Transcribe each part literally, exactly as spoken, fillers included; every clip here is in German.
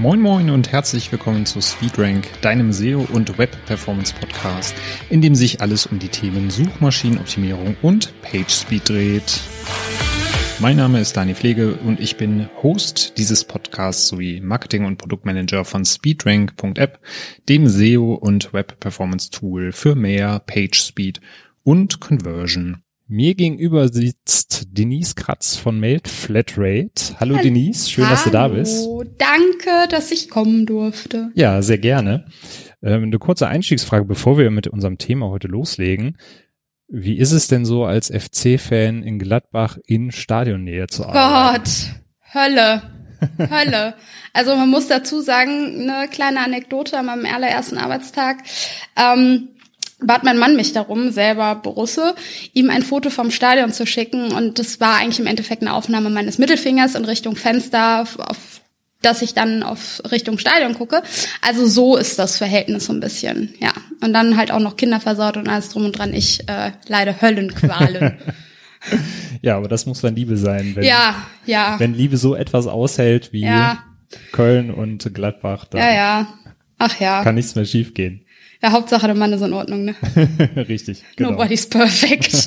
Moin Moin und herzlich willkommen zu SpeedRank, deinem S E O- und Web-Performance-Podcast, in dem sich alles um die Themen Suchmaschinenoptimierung und PageSpeed dreht. Mein Name ist Dani Pflege und ich bin Host dieses Podcasts sowie Marketing- und Produktmanager von SpeedRank punkt app, dem S E O- und Web-Performance-Tool für mehr PageSpeed und Conversion. Mir gegenüber sitzt Denise Kratz von Mailed Flatrate. Hallo, Hallo Denise, schön, Hallo. dass du da bist. Danke, dass ich kommen durfte. Ja, sehr gerne. Ähm, eine kurze Einstiegsfrage, bevor wir mit unserem Thema heute loslegen. Wie ist es denn so, als F C-Fan in Gladbach in Stadionnähe zu arbeiten? Gott, Hölle, Hölle. Also man muss dazu sagen, eine kleine Anekdote an meinem allerersten Arbeitstag. Ähm, bat mein Mann mich darum, selber Borusse, ihm ein Foto vom Stadion zu schicken. Und das war eigentlich im Endeffekt eine Aufnahme meines Mittelfingers in Richtung Fenster, auf, auf dass ich dann auf Richtung Stadion gucke. Also so ist das Verhältnis so ein bisschen, ja. Und dann halt auch noch Kinder versaut und alles drum und dran. Ich äh, leide Höllenqualen. Ja, aber das muss dann Liebe sein. Wenn, ja, ja. Wenn Liebe so etwas aushält wie ja. Köln und Gladbach, dann ja, ja. Ach ja. kann nichts mehr schief gehen. Ja, Hauptsache der Mann ist in Ordnung, ne? Richtig, genau. Nobody's perfect.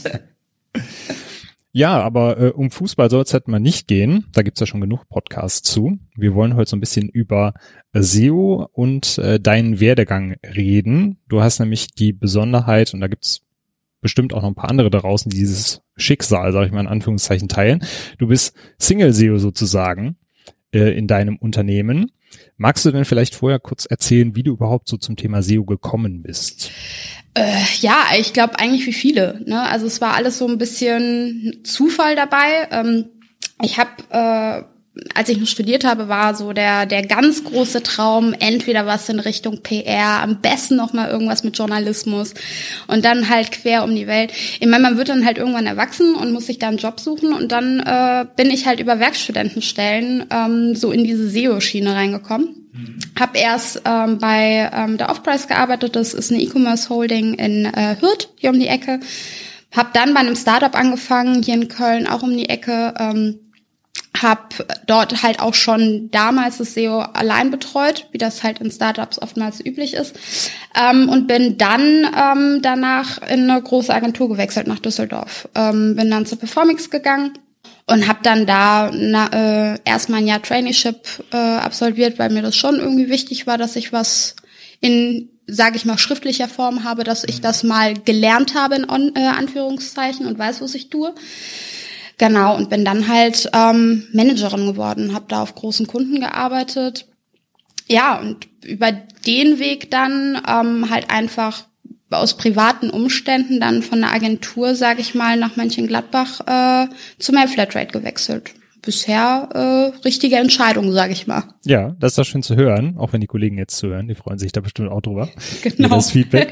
Ja, aber äh, um Fußball soll es halt mal nicht gehen. Da gibt's ja schon genug Podcasts zu. Wir wollen heute so ein bisschen über S E O und äh, deinen Werdegang reden. Du hast nämlich die Besonderheit, und da gibt's bestimmt auch noch ein paar andere da draußen, die dieses Schicksal, sage ich mal in Anführungszeichen, teilen. Du bist Single-S E O sozusagen äh, in deinem Unternehmen. Magst du denn vielleicht vorher kurz erzählen, wie du überhaupt so zum Thema S E O gekommen bist? Äh, ja, ich glaube eigentlich wie viele. Ne? Also es war alles so ein bisschen Zufall dabei. Ähm, ich habe, äh, als ich noch studiert habe, war so der der ganz große Traum, entweder was in Richtung P R, am besten noch mal irgendwas mit Journalismus und dann halt quer um die Welt. Ich meine, man wird dann halt irgendwann erwachsen und muss sich da einen Job suchen und dann äh, bin ich halt über Werkstudentenstellen ähm, so in diese S E O-Schiene reingekommen. Mhm. Hab erst ähm, bei ähm, der Offprice gearbeitet, das ist eine E-Commerce-Holding in äh, Hürth, hier um die Ecke. Hab dann bei einem Startup angefangen, hier in Köln, auch um die Ecke. Ähm, hab dort halt auch schon damals das S E O allein betreut, wie das halt in Startups oftmals üblich ist. Ähm, und bin dann ähm, danach in eine große Agentur gewechselt nach Düsseldorf. Ähm, bin dann zur Performix gegangen. Und habe dann da na, äh, erstmal ein Jahr Traineeship äh, absolviert, weil mir das schon irgendwie wichtig war, dass ich was in, sage ich mal, schriftlicher Form habe, dass ich das mal gelernt habe in On- äh, Anführungszeichen und weiß, was ich tue. Genau, und bin dann halt ähm, Managerin geworden, habe da auf großen Kunden gearbeitet. Ja, und über den Weg dann ähm, halt einfach aus privaten Umständen dann von der Agentur, sage ich mal, nach Mönchengladbach äh, zu Mailed Flatrate gewechselt. Bisher äh, richtige Entscheidung, sage ich mal. Ja, das ist doch schön zu hören, auch wenn die Kollegen jetzt zuhören, die freuen sich da bestimmt auch drüber. Genau. Über das Feedback.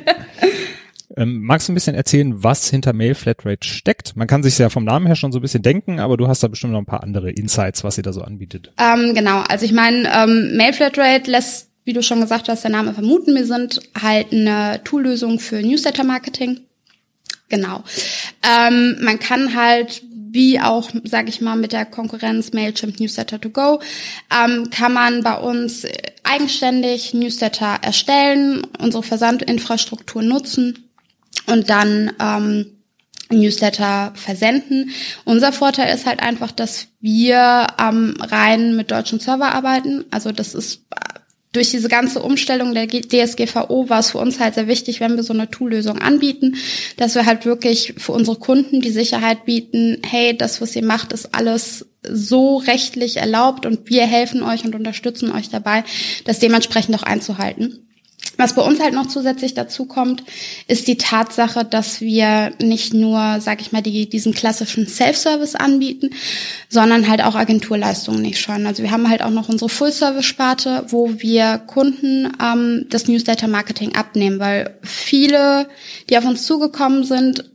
ähm, magst du ein bisschen erzählen, was hinter Mailed Flatrate steckt? Man kann sich ja vom Namen her schon so ein bisschen denken, aber du hast da bestimmt noch ein paar andere Insights, was ihr da so anbietet. Ähm, genau, also ich meine, ähm, Mailed Flatrate lässt, wie du schon gesagt hast, der Name vermuten. Wir sind halt eine Toollösung für Newsletter-Marketing. Genau. Ähm, man kann halt, wie auch, sage ich mal, mit der Konkurrenz Mailchimp Newsletter to go, ähm, kann man bei uns eigenständig Newsletter erstellen, unsere Versandinfrastruktur nutzen und dann ähm, Newsletter versenden. Unser Vorteil ist halt einfach, dass wir ähm, rein mit deutschen Server arbeiten. Also das ist durch diese ganze Umstellung der D S G V O war es für uns halt sehr wichtig, wenn wir so eine Toollösung anbieten, dass wir halt wirklich für unsere Kunden die Sicherheit bieten, hey, das, was ihr macht, ist alles so rechtlich erlaubt und wir helfen euch und unterstützen euch dabei, das dementsprechend auch einzuhalten. Was bei uns halt noch zusätzlich dazu kommt, ist die Tatsache, dass wir nicht nur, sag ich mal, die, diesen klassischen Self-Service anbieten, sondern halt auch Agenturleistungen nicht scheuen. Also wir haben halt auch noch unsere Full-Service-Sparte, wo wir Kunden ähm, das Newsletter-Marketing abnehmen, weil viele, die auf uns zugekommen sind,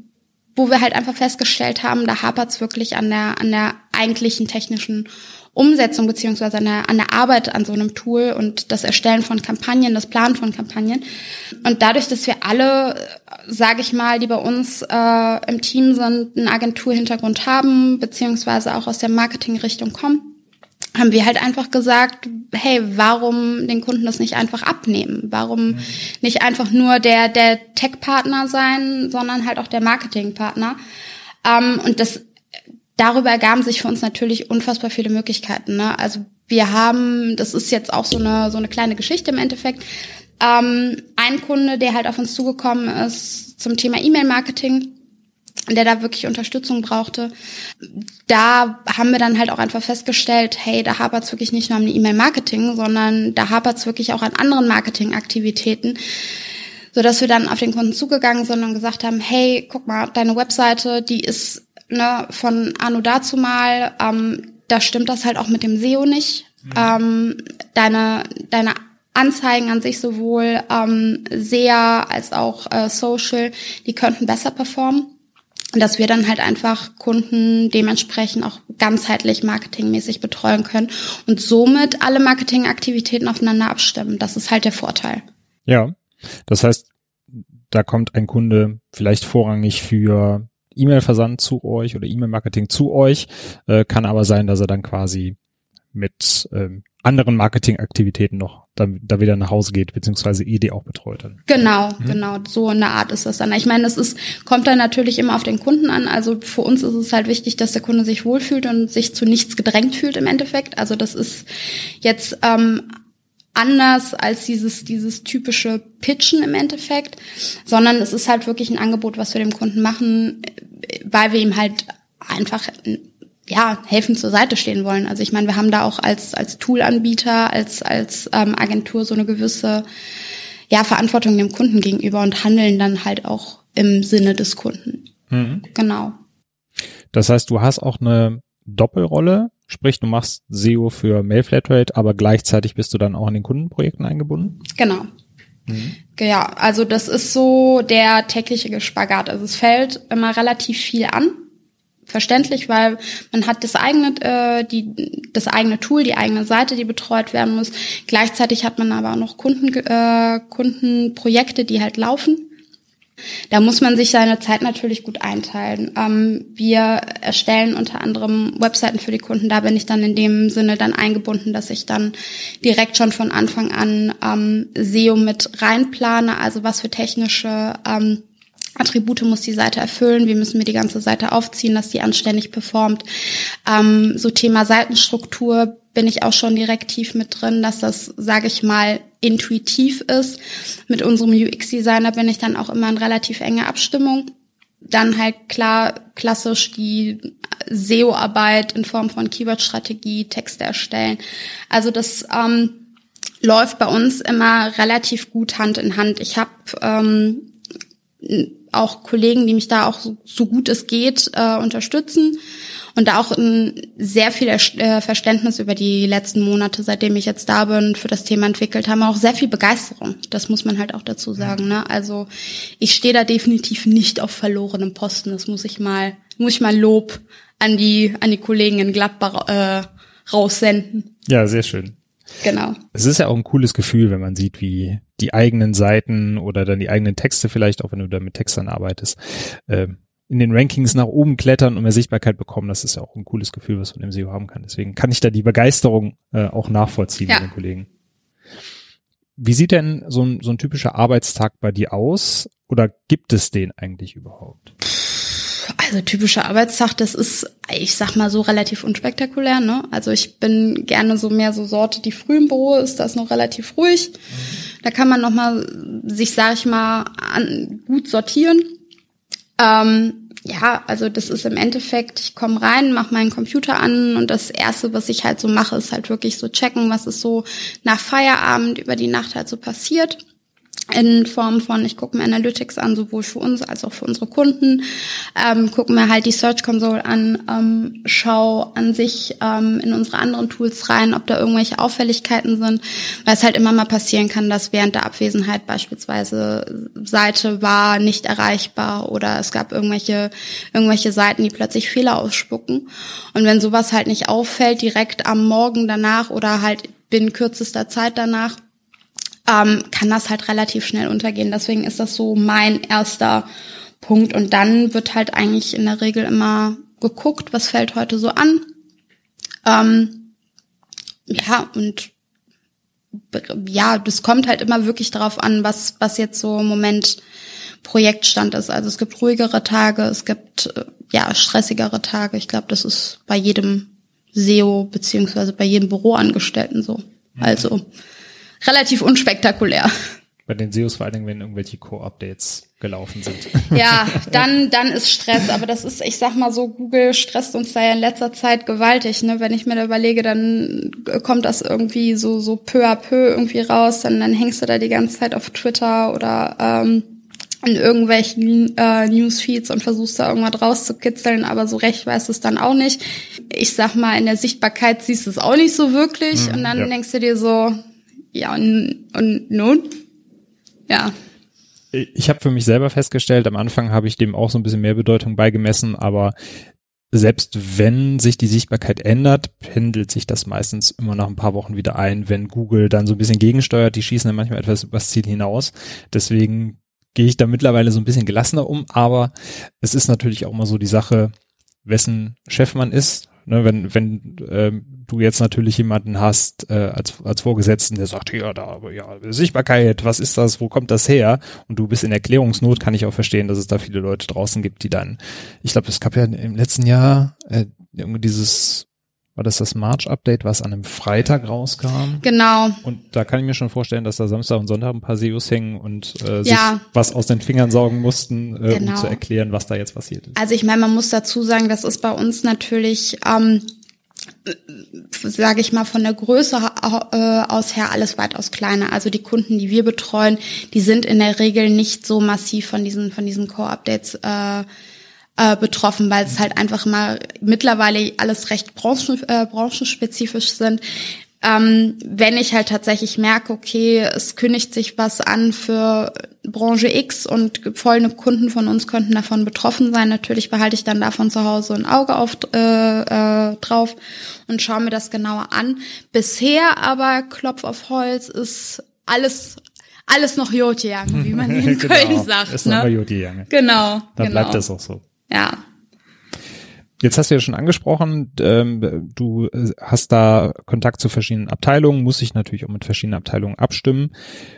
wo wir halt einfach festgestellt haben, da hapert's wirklich an der an der eigentlichen technischen Umsetzung beziehungsweise an der, an der Arbeit an so einem Tool und das Erstellen von Kampagnen, das Planen von Kampagnen. Und dadurch, dass wir alle, sage ich mal, die bei uns äh, im Team sind, einen Agenturhintergrund haben, beziehungsweise auch aus der Marketingrichtung kommen, haben wir halt einfach gesagt, hey, warum den Kunden das nicht einfach abnehmen? Warum mhm. nicht einfach nur der der Tech-Partner sein, sondern halt auch der Marketing-Partner? Ähm, und das darüber ergaben sich für uns natürlich unfassbar viele Möglichkeiten. Ne? Also wir haben, das ist jetzt auch so eine so eine kleine Geschichte im Endeffekt, ähm, ein Kunde, der halt auf uns zugekommen ist zum Thema E-Mail-Marketing, der da wirklich Unterstützung brauchte. Da haben wir dann halt auch einfach festgestellt, hey, da hapert es wirklich nicht nur am E-Mail-Marketing, sondern da hapert es wirklich auch an anderen Marketingaktivitäten, sodass wir dann auf den Kunden zugegangen sind und gesagt haben, hey, guck mal, deine Webseite, die ist ne von anno dazu mal, ähm, da stimmt das halt auch mit dem S E O nicht. Mhm. Ähm, deine deine Anzeigen an sich sowohl ähm, S E A als auch äh, Social, die könnten besser performen. Und dass wir dann halt einfach Kunden dementsprechend auch ganzheitlich marketingmäßig betreuen können und somit alle Marketingaktivitäten aufeinander abstimmen. Das ist halt der Vorteil. Ja, das heißt, da kommt ein Kunde vielleicht vorrangig für E-Mail-Versand zu euch oder E-Mail-Marketing zu euch, äh, kann aber sein, dass er dann quasi mit ähm, anderen Marketingaktivitäten noch da, da wieder nach Hause geht, beziehungsweise E D auch betreut dann. Genau, mhm. genau, so in der Art ist das dann. Ich meine, es ist, kommt dann natürlich immer auf den Kunden an. Also für uns ist es halt wichtig, dass der Kunde sich wohlfühlt und sich zu nichts gedrängt fühlt im Endeffekt. Also das ist jetzt ähm, anders als dieses dieses typische Pitchen im Endeffekt, sondern es ist halt wirklich ein Angebot, was wir dem Kunden machen, weil wir ihm halt einfach ja helfen zur Seite stehen wollen. Also ich meine, wir haben da auch als als Toolanbieter, als als ähm, Agentur so eine gewisse ja Verantwortung dem Kunden gegenüber und handeln dann halt auch im Sinne des Kunden. Mhm. Genau. Das heißt, du hast auch eine Doppelrolle, sprich du machst S E O für Mail-Flatrate, aber gleichzeitig bist du dann auch in den Kundenprojekten eingebunden? Genau. Mhm. Ja, also das ist so der tägliche Spagat. Also es fällt immer relativ viel an. Verständlich, weil man hat das eigene, äh, die, das eigene Tool, die eigene Seite, die betreut werden muss. Gleichzeitig hat man aber auch noch Kunden, äh, Kundenprojekte, die halt laufen. Da muss man sich seine Zeit natürlich gut einteilen. Ähm, wir erstellen unter anderem Webseiten für die Kunden. Da bin ich dann in dem Sinne dann eingebunden, dass ich dann direkt schon von Anfang an ähm, S E O mit reinplane. Also was für technische ähm, Attribute muss die Seite erfüllen, wie müssen wir die ganze Seite aufziehen, dass die anständig performt. Ähm, so Thema Seitenstruktur bin ich auch schon direkt tief mit drin, dass das, sage ich mal, intuitiv ist. Mit unserem U X-Designer bin ich dann auch immer in relativ enge Abstimmung. Dann halt klar klassisch die S E O-Arbeit in Form von Keyword-Strategie, Texte erstellen. Also das ähm, läuft bei uns immer relativ gut Hand in Hand. Ich habe ähm, auch Kollegen, die mich da auch so, so gut es geht äh, unterstützen und da auch ein sehr viel äh, Verständnis über die letzten Monate, seitdem ich jetzt da bin, für das Thema entwickelt haben, auch sehr viel Begeisterung. Das muss man halt auch dazu sagen. Ne? Also ich stehe da definitiv nicht auf verlorenem Posten. Das muss ich mal, muss ich mal Lob an die an die Kollegen in Gladbach äh, raussenden. Ja, sehr schön. Genau. Es ist ja auch ein cooles Gefühl, wenn man sieht, wie die eigenen Seiten oder dann die eigenen Texte vielleicht, auch wenn du da mit Textern arbeitest, äh, in den Rankings nach oben klettern und mehr Sichtbarkeit bekommen. Das ist ja auch ein cooles Gefühl, was man im S E O haben kann. Deswegen kann ich da die Begeisterung äh, auch nachvollziehen ja. mit den Kollegen. Wie sieht denn so ein, so ein typischer Arbeitstag bei dir aus? Oder gibt es den eigentlich überhaupt? Also typischer Arbeitstag, das ist, ich sag mal so, relativ unspektakulär, ne? Also ich bin gerne so mehr so Sorte, die früh im Büro ist, da ist noch relativ ruhig. Mhm. Da kann man noch mal sich, sag ich mal, an, gut sortieren. Ähm, ja, also das ist im Endeffekt, ich komme rein, mache meinen Computer an und das Erste, was ich halt so mache, ist halt wirklich so checken, was ist so nach Feierabend über die Nacht halt so passiert. In Form von, ich gucke mir Analytics an, sowohl für uns als auch für unsere Kunden, ähm, gucke mir halt die Search Console an, ähm, schau an sich ähm, in unsere anderen Tools rein, ob da irgendwelche Auffälligkeiten sind, weil es halt immer mal passieren kann, dass während der Abwesenheit beispielsweise Seite war nicht erreichbar oder es gab irgendwelche irgendwelche Seiten, die plötzlich Fehler ausspucken. Und wenn sowas halt nicht auffällt, direkt am Morgen danach oder halt binnen kürzester Zeit danach, Ähm, kann das halt relativ schnell untergehen. Deswegen ist das so mein erster Punkt. Und dann wird halt eigentlich in der Regel immer geguckt, was fällt heute so an. Ähm, ja, und ja, das kommt halt immer wirklich darauf an, was was jetzt so im Moment Projektstand ist. Also es gibt ruhigere Tage, es gibt ja stressigere Tage. Ich glaube, das ist bei jedem S E O beziehungsweise bei jedem Büroangestellten so. Also relativ unspektakulär. Bei den S E Os vor allen Dingen, wenn irgendwelche Core-Updates gelaufen sind. Ja, dann dann ist Stress. Aber das ist, ich sag mal so, Google stresst uns da ja in letzter Zeit gewaltig. Ne? Wenn ich mir da überlege, dann kommt das irgendwie so so peu à peu irgendwie raus. Dann, dann hängst du da die ganze Zeit auf Twitter oder ähm, in irgendwelchen äh, Newsfeeds und versuchst da irgendwas rauszukitzeln. Aber so recht weißt du es dann auch nicht. Ich sag mal, in der Sichtbarkeit siehst du es auch nicht so wirklich. Mhm, und dann ja. denkst du dir so, ja und, und nun? Ja. Ich habe für mich selber festgestellt, am Anfang habe ich dem auch so ein bisschen mehr Bedeutung beigemessen, aber selbst wenn sich die Sichtbarkeit ändert, pendelt sich das meistens immer nach ein paar Wochen wieder ein, wenn Google dann so ein bisschen gegensteuert, die schießen dann manchmal etwas übers Ziel hinaus. Deswegen gehe ich da mittlerweile so ein bisschen gelassener um, aber es ist natürlich auch mal so die Sache, wessen Chef man ist. Ne, wenn wenn ähm, du jetzt natürlich jemanden hast äh, als als Vorgesetzten, der sagt, ja, da ja Sichtbarkeit, was ist das, wo kommt das her? Und du bist in Erklärungsnot, kann ich auch verstehen, dass es da viele Leute draußen gibt, die dann, ich glaube, es gab ja im letzten Jahr äh, irgendwie dieses, war das das March-Update, was an einem Freitag rauskam? Genau. Und da kann ich mir schon vorstellen, dass da Samstag und Sonntag ein paar S E Os hängen und äh, sich ja. was aus den Fingern saugen mussten, äh, genau. um zu erklären, was da jetzt passiert ist. Also ich meine, man muss dazu sagen, das ist bei uns natürlich, ähm, sage ich mal, von der Größe äh, aus her alles weitaus kleiner. Also die Kunden, die wir betreuen, die sind in der Regel nicht so massiv von diesen von diesen Core-Updates äh, Äh, betroffen, weil es halt einfach mal mittlerweile alles recht branchen, äh, branchenspezifisch sind. Ähm, wenn ich halt tatsächlich merke, okay, es kündigt sich was an für Branche X und folgende Kunden von uns könnten davon betroffen sein, natürlich behalte ich dann davon zu Hause ein Auge auf, äh, äh, drauf und schaue mir das genauer an. Bisher aber, Klopf auf Holz, ist alles alles noch Jotjejange, wie man in genau. Köln sagt. Ist ne? noch mal Jotjejange. Genau. Dann genau. bleibt das auch so. Ja. Jetzt hast du ja schon angesprochen, ähm, du hast da Kontakt zu verschiedenen Abteilungen, muss sich natürlich auch mit verschiedenen Abteilungen abstimmen.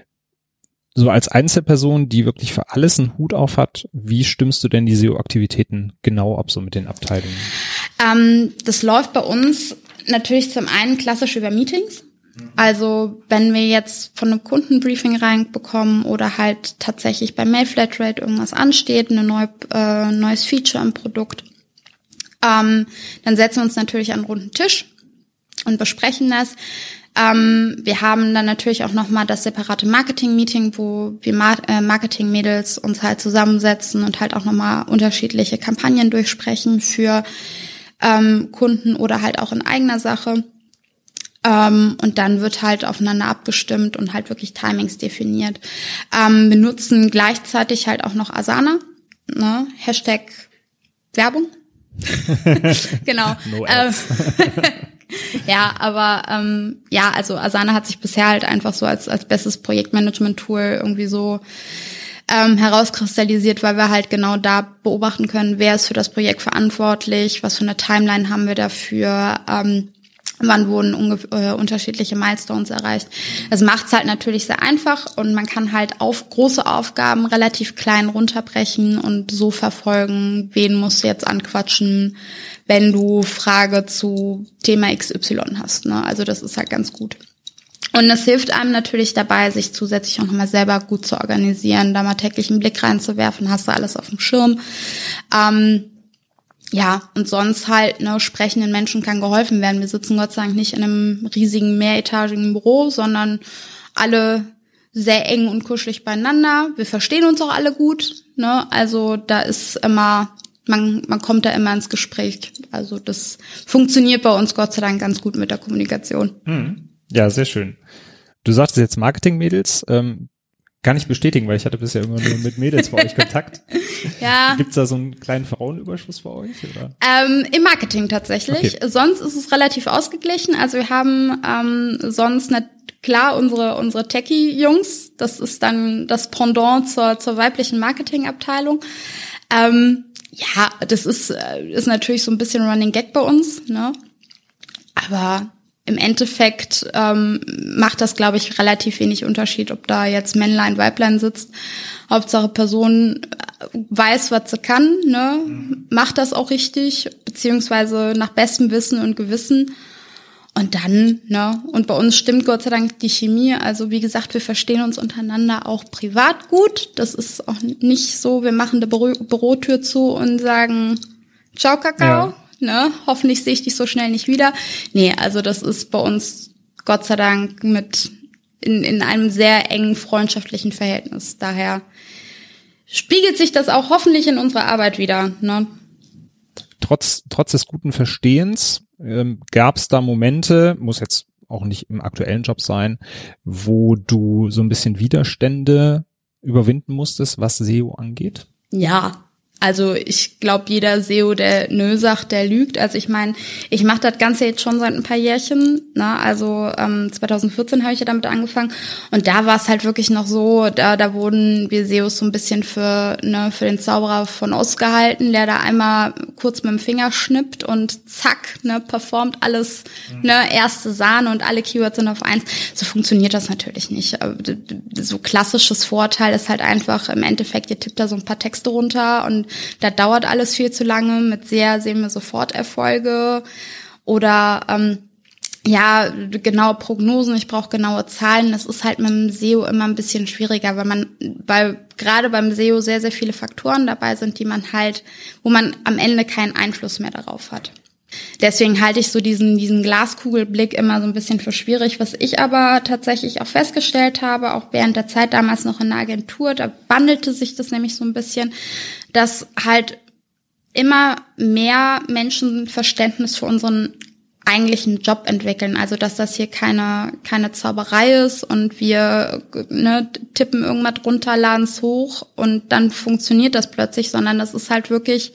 So als Einzelperson, die wirklich für alles einen Hut auf hat, wie stimmst du denn die S E O-Aktivitäten genau ab, so mit den Abteilungen? Ähm, das läuft bei uns natürlich zum einen klassisch über Meetings. Also wenn wir jetzt von einem Kundenbriefing reinbekommen oder halt tatsächlich bei Mail-Flatrate irgendwas ansteht, eine neue, äh, neues Feature im Produkt, ähm, dann setzen wir uns natürlich an einen runden Tisch und besprechen das. Ähm, wir haben dann natürlich auch nochmal das separate Marketing-Meeting, wo wir Ma- äh, Marketing-Mädels uns halt zusammensetzen und halt auch nochmal unterschiedliche Kampagnen durchsprechen für ähm, Kunden oder halt auch in eigener Sache. Ähm, und dann wird halt aufeinander abgestimmt und halt wirklich Timings definiert. Ähm, wir nutzen gleichzeitig halt auch noch Asana, ne? Hashtag Werbung. Genau. No ads. Ja, aber ähm, ja, also Asana hat sich bisher halt einfach so als als bestes Projektmanagement-Tool irgendwie so ähm, herauskristallisiert, weil wir halt genau da beobachten können, wer ist für das Projekt verantwortlich, was für eine Timeline haben wir dafür, ähm, wann wurden ungef- äh, unterschiedliche Milestones erreicht. Das macht's halt natürlich sehr einfach und man kann halt auf große Aufgaben relativ klein runterbrechen und so verfolgen, wen musst du jetzt anquatschen, wenn du Frage zu Thema X Y hast. Ne? Also das ist halt ganz gut. Und das hilft einem natürlich dabei, sich zusätzlich auch nochmal selber gut zu organisieren, da mal täglich einen Blick reinzuwerfen, hast du alles auf dem Schirm. Ähm, Ja, und sonst halt, ne, sprechenden Menschen kann geholfen werden. Wir sitzen Gott sei Dank nicht in einem riesigen, mehretagigen Büro, sondern alle sehr eng und kuschelig beieinander. Wir verstehen uns auch alle gut, ne, also da ist immer, man, man kommt da immer ins Gespräch. Also das funktioniert bei uns Gott sei Dank ganz gut mit der Kommunikation. Hm. Ja, sehr schön. Du sagtest jetzt Marketing-Mädels, ähm, kann ich bestätigen, weil ich hatte bisher immer nur mit Mädels bei euch Kontakt. Ja. Gibt's da so einen kleinen Frauenüberschuss bei euch? Oder? Ähm, im Marketing tatsächlich. Okay. Sonst ist es relativ ausgeglichen. Also wir haben ähm, sonst nicht, klar unsere unsere Techie-Jungs. Das ist dann das Pendant zur zur weiblichen Marketingabteilung. Ähm, ja, das ist ist natürlich so ein bisschen Running Gag bei uns, ne? Aber im Endeffekt ähm, macht das, glaube ich, relativ wenig Unterschied, ob da jetzt Männlein, Weiblein sitzt. Hauptsache Person weiß, was sie kann, ne, mhm. macht das auch richtig, beziehungsweise nach bestem Wissen und Gewissen. Und dann, ne, und bei uns stimmt Gott sei Dank die Chemie. Also wie gesagt, wir verstehen uns untereinander auch privat gut. Das ist auch nicht so, wir machen die Büro- Bürotür zu und sagen, ciao Kakao. Ja. Ne, hoffentlich sehe ich dich so schnell nicht wieder. Nee, also das ist bei uns Gott sei Dank mit in, in einem sehr engen freundschaftlichen Verhältnis. Daher spiegelt sich das auch hoffentlich in unserer Arbeit wieder. Ne? Trotz, trotz des guten Verstehens ähm, gab es da Momente, muss jetzt auch nicht im aktuellen Job sein, wo du so ein bisschen Widerstände überwinden musstest, was S E O angeht? Ja. Also ich glaube, jeder S E O, der nö sagt, der lügt. Also ich meine, ich mache das Ganze jetzt schon seit ein paar Jährchen. Ne? Also ähm, zwanzig vierzehn habe ich ja damit angefangen. Und da war es halt wirklich noch so, da da wurden wir S E Os so ein bisschen für ne für den Zauberer von Ost gehalten, der da einmal kurz mit dem Finger schnippt und zack, ne performt alles, mhm. ne erste Sahne und alle Keywords sind auf eins. So funktioniert das natürlich nicht. So klassisches Vorteil ist halt einfach im Endeffekt, ihr tippt da so ein paar Texte runter und das dauert alles viel zu lange, mit sehr sehen wir sofort Erfolge oder ähm, ja, genaue Prognosen, ich brauche genaue Zahlen. Das ist halt mit dem S E O immer ein bisschen schwieriger, weil man, weil gerade beim S E O sehr, sehr viele Faktoren dabei sind, die man halt, wo man am Ende keinen Einfluss mehr darauf hat. Deswegen halte ich so diesen diesen Glaskugelblick immer so ein bisschen für schwierig. Was ich aber tatsächlich auch festgestellt habe, auch während der Zeit damals noch in der Agentur, da wandelte sich das nämlich so ein bisschen, dass halt immer mehr Menschen Verständnis für unseren eigentlichen Job entwickeln. Also dass das hier keine keine Zauberei ist und wir ne, tippen irgendwas drunter, laden es hoch und dann funktioniert das plötzlich, sondern das ist halt wirklich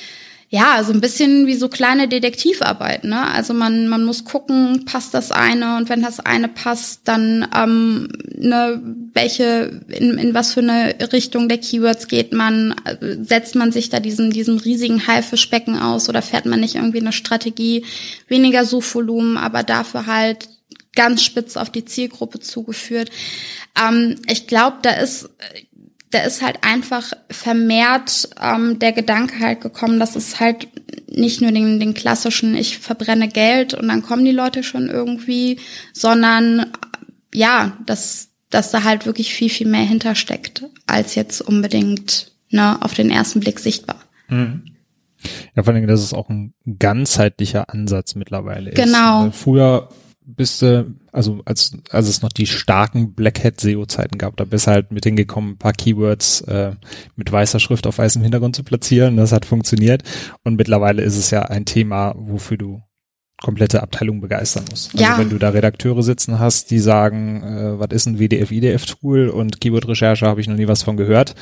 ja, so ein bisschen wie so kleine Detektivarbeit, ne? Also man man muss gucken, passt das eine und wenn das eine passt, dann ähm, ne, welche in in was für eine Richtung der Keywords geht man, setzt man sich da diesem diesem riesigen Haifischbecken aus oder fährt man nicht irgendwie eine Strategie, weniger Suchvolumen, aber dafür halt ganz spitz auf die Zielgruppe zugeführt. Ähm, ich glaube, da ist Da ist halt einfach vermehrt ähm, der Gedanke halt gekommen, dass es halt nicht nur den, den klassischen, ich verbrenne Geld und dann kommen die Leute schon irgendwie, sondern ja, dass, dass da halt wirklich viel, viel mehr hintersteckt, als jetzt unbedingt ne, auf den ersten Blick sichtbar. Mhm. Ja, vor allem, dass es auch ein ganzheitlicher Ansatz mittlerweile ist. Genau. Weil früher bist du, also als als es noch die starken Black Hat S E O-Zeiten gab, da bist du halt mit hingekommen, ein paar Keywords äh, mit weißer Schrift auf weißem Hintergrund zu platzieren. Das hat funktioniert. Und mittlerweile ist es ja ein Thema, wofür du komplette Abteilung begeistern musst. Also ja. wenn du da Redakteure sitzen hast, die sagen, äh, was ist ein W D F-I D F-Tool und Keyword-Recherche habe ich noch nie was von gehört.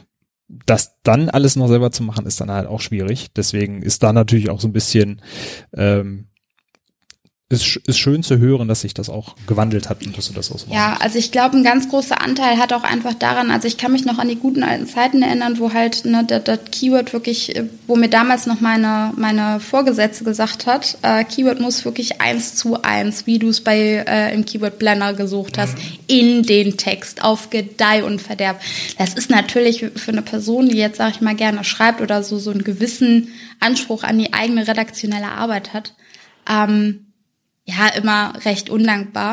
Das dann alles noch selber zu machen, ist dann halt auch schwierig. Deswegen ist da natürlich auch so ein bisschen ähm, Ist, ist schön zu hören, dass sich das auch gewandelt hat und dass du das auch so machst. Ja, also ich glaube, ein ganz großer Anteil hat auch einfach daran, also ich kann mich noch an die guten alten Zeiten erinnern, wo halt ne, das, das Keyword wirklich, wo mir damals noch meine meine Vorgesetzte gesagt hat, äh, Keyword muss wirklich eins zu eins, wie du es bei äh, im Keyword Planner gesucht hast, mhm. in den Text, auf Gedeih und Verderb. Das ist natürlich für eine Person, die jetzt, sag ich mal, gerne schreibt oder so so einen gewissen Anspruch an die eigene redaktionelle Arbeit hat, ähm, ja, immer recht undankbar.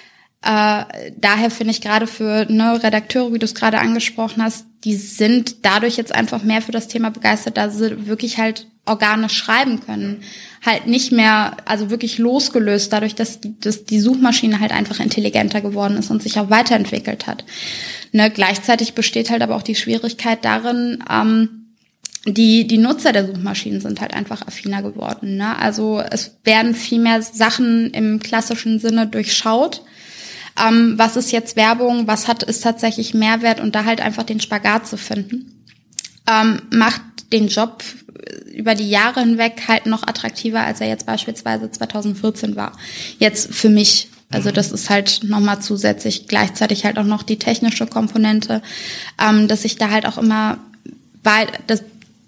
Äh, daher finde ich gerade für ne, Redakteure, wie du es gerade angesprochen hast, die sind dadurch jetzt einfach mehr für das Thema begeistert, dass sie wirklich halt organisch schreiben können. Halt nicht mehr, also wirklich losgelöst, dadurch, dass die, dass die Suchmaschine halt einfach intelligenter geworden ist und sich auch weiterentwickelt hat. Ne, gleichzeitig besteht halt aber auch die Schwierigkeit darin, ähm, Die, die Nutzer der Suchmaschinen sind halt einfach affiner geworden, ne? Also es werden viel mehr Sachen im klassischen Sinne durchschaut. Ähm, was ist jetzt Werbung? Was hat, ist tatsächlich Mehrwert? Und da halt einfach den Spagat zu finden, ähm, macht den Job über die Jahre hinweg halt noch attraktiver, als er jetzt beispielsweise zwanzig vierzehn war. Jetzt für mich. Also das ist halt nochmal zusätzlich gleichzeitig halt auch noch die technische Komponente, ähm, dass ich da halt auch immer, weil das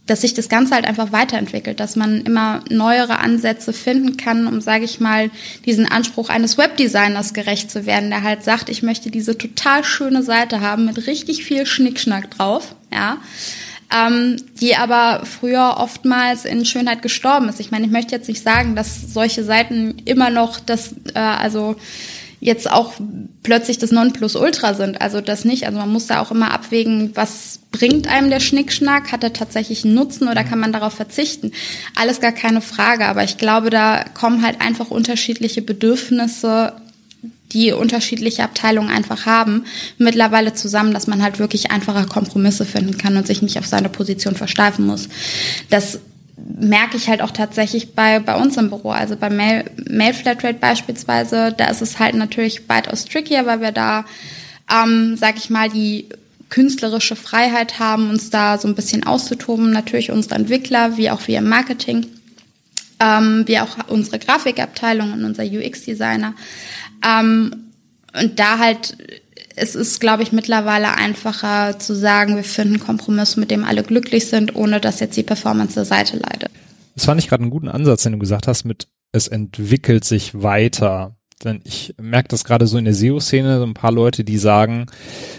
dass sich das Ganze halt einfach weiterentwickelt, dass man immer neuere Ansätze finden kann, um, sage ich mal, diesen Anspruch eines Webdesigners gerecht zu werden, der halt sagt, ich möchte diese total schöne Seite haben mit richtig viel Schnickschnack drauf, ja, ähm, die aber früher oftmals in Schönheit gestorben ist. Ich meine, ich möchte jetzt nicht sagen, dass solche Seiten immer noch das, äh, also jetzt auch plötzlich das Nonplusultra sind, also das nicht. Also man muss da auch immer abwägen, was bringt einem der Schnickschnack, hat er tatsächlich einen Nutzen oder kann man darauf verzichten? Alles gar keine Frage, aber ich glaube, da kommen halt einfach unterschiedliche Bedürfnisse, die unterschiedliche Abteilungen einfach haben, mittlerweile zusammen, dass man halt wirklich einfacher Kompromisse finden kann und sich nicht auf seine Position versteifen muss. Das merke ich halt auch tatsächlich bei bei uns im Büro, also bei Mail, Mail Flatrate beispielsweise, da ist es halt natürlich weitaus trickier, weil wir da, ähm, sag ich mal, die künstlerische Freiheit haben, uns da so ein bisschen auszutoben, natürlich unsere Entwickler, wie auch wir im Marketing, ähm, wie auch unsere Grafikabteilung und unser U X-Designer, ähm, und da halt es ist, glaube ich, mittlerweile einfacher zu sagen, wir finden einen Kompromiss, mit dem alle glücklich sind, ohne dass jetzt die Performance der Seite leidet. Das fand ich gerade einen guten Ansatz, den du gesagt hast, mit es entwickelt sich weiter. Denn ich merke das gerade so in der S E O-Szene, so ein paar Leute, die sagen,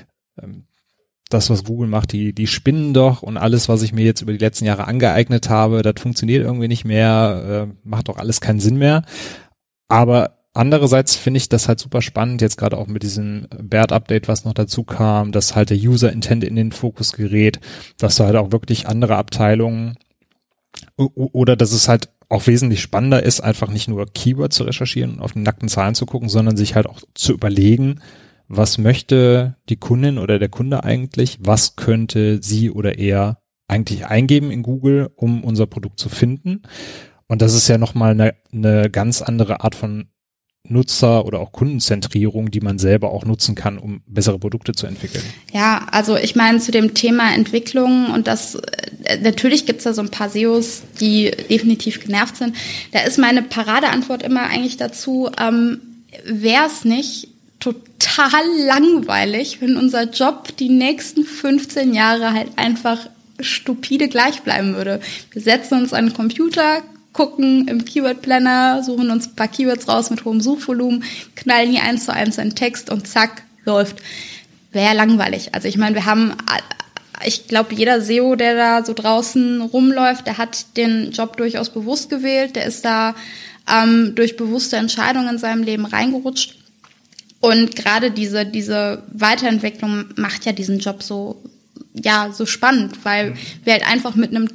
das, was Google macht, die, die spinnen doch und alles, was ich mir jetzt über die letzten Jahre angeeignet habe, das funktioniert irgendwie nicht mehr, macht doch alles keinen Sinn mehr. Aber andererseits finde ich das halt super spannend, jetzt gerade auch mit diesem B E R T-Update, was noch dazu kam, dass halt der User-Intent in den Fokus gerät, dass du halt auch wirklich andere Abteilungen oder dass es halt auch wesentlich spannender ist, einfach nicht nur Keyword zu recherchieren und auf die nackten Zahlen zu gucken, sondern sich halt auch zu überlegen, was möchte die Kundin oder der Kunde eigentlich, was könnte sie oder er eigentlich eingeben in Google, um unser Produkt zu finden. Und das ist ja nochmal eine, eine ganz andere Art von Nutzer- oder auch Kundenzentrierung, die man selber auch nutzen kann, um bessere Produkte zu entwickeln. Ja, also ich meine zu dem Thema Entwicklung und das, äh, natürlich gibt's da so ein paar S E Os, die definitiv genervt sind. Da ist meine Paradeantwort immer eigentlich dazu, ähm, wäre es nicht total langweilig, wenn unser Job die nächsten fünfzehn Jahre halt einfach stupide gleich bleiben würde. Wir setzen uns an den Computer, gucken im Keyword-Planner, suchen uns ein paar Keywords raus mit hohem Suchvolumen, knallen hier eins zu eins in Text und zack, läuft. Wäre langweilig. Also ich meine, wir haben, ich glaube, jeder S E O, der da so draußen rumläuft, der hat den Job durchaus bewusst gewählt, der ist da ähm, durch bewusste Entscheidungen in seinem Leben reingerutscht. Und gerade diese, diese Weiterentwicklung macht ja diesen Job so, ja, so spannend, weil wir halt einfach mit einem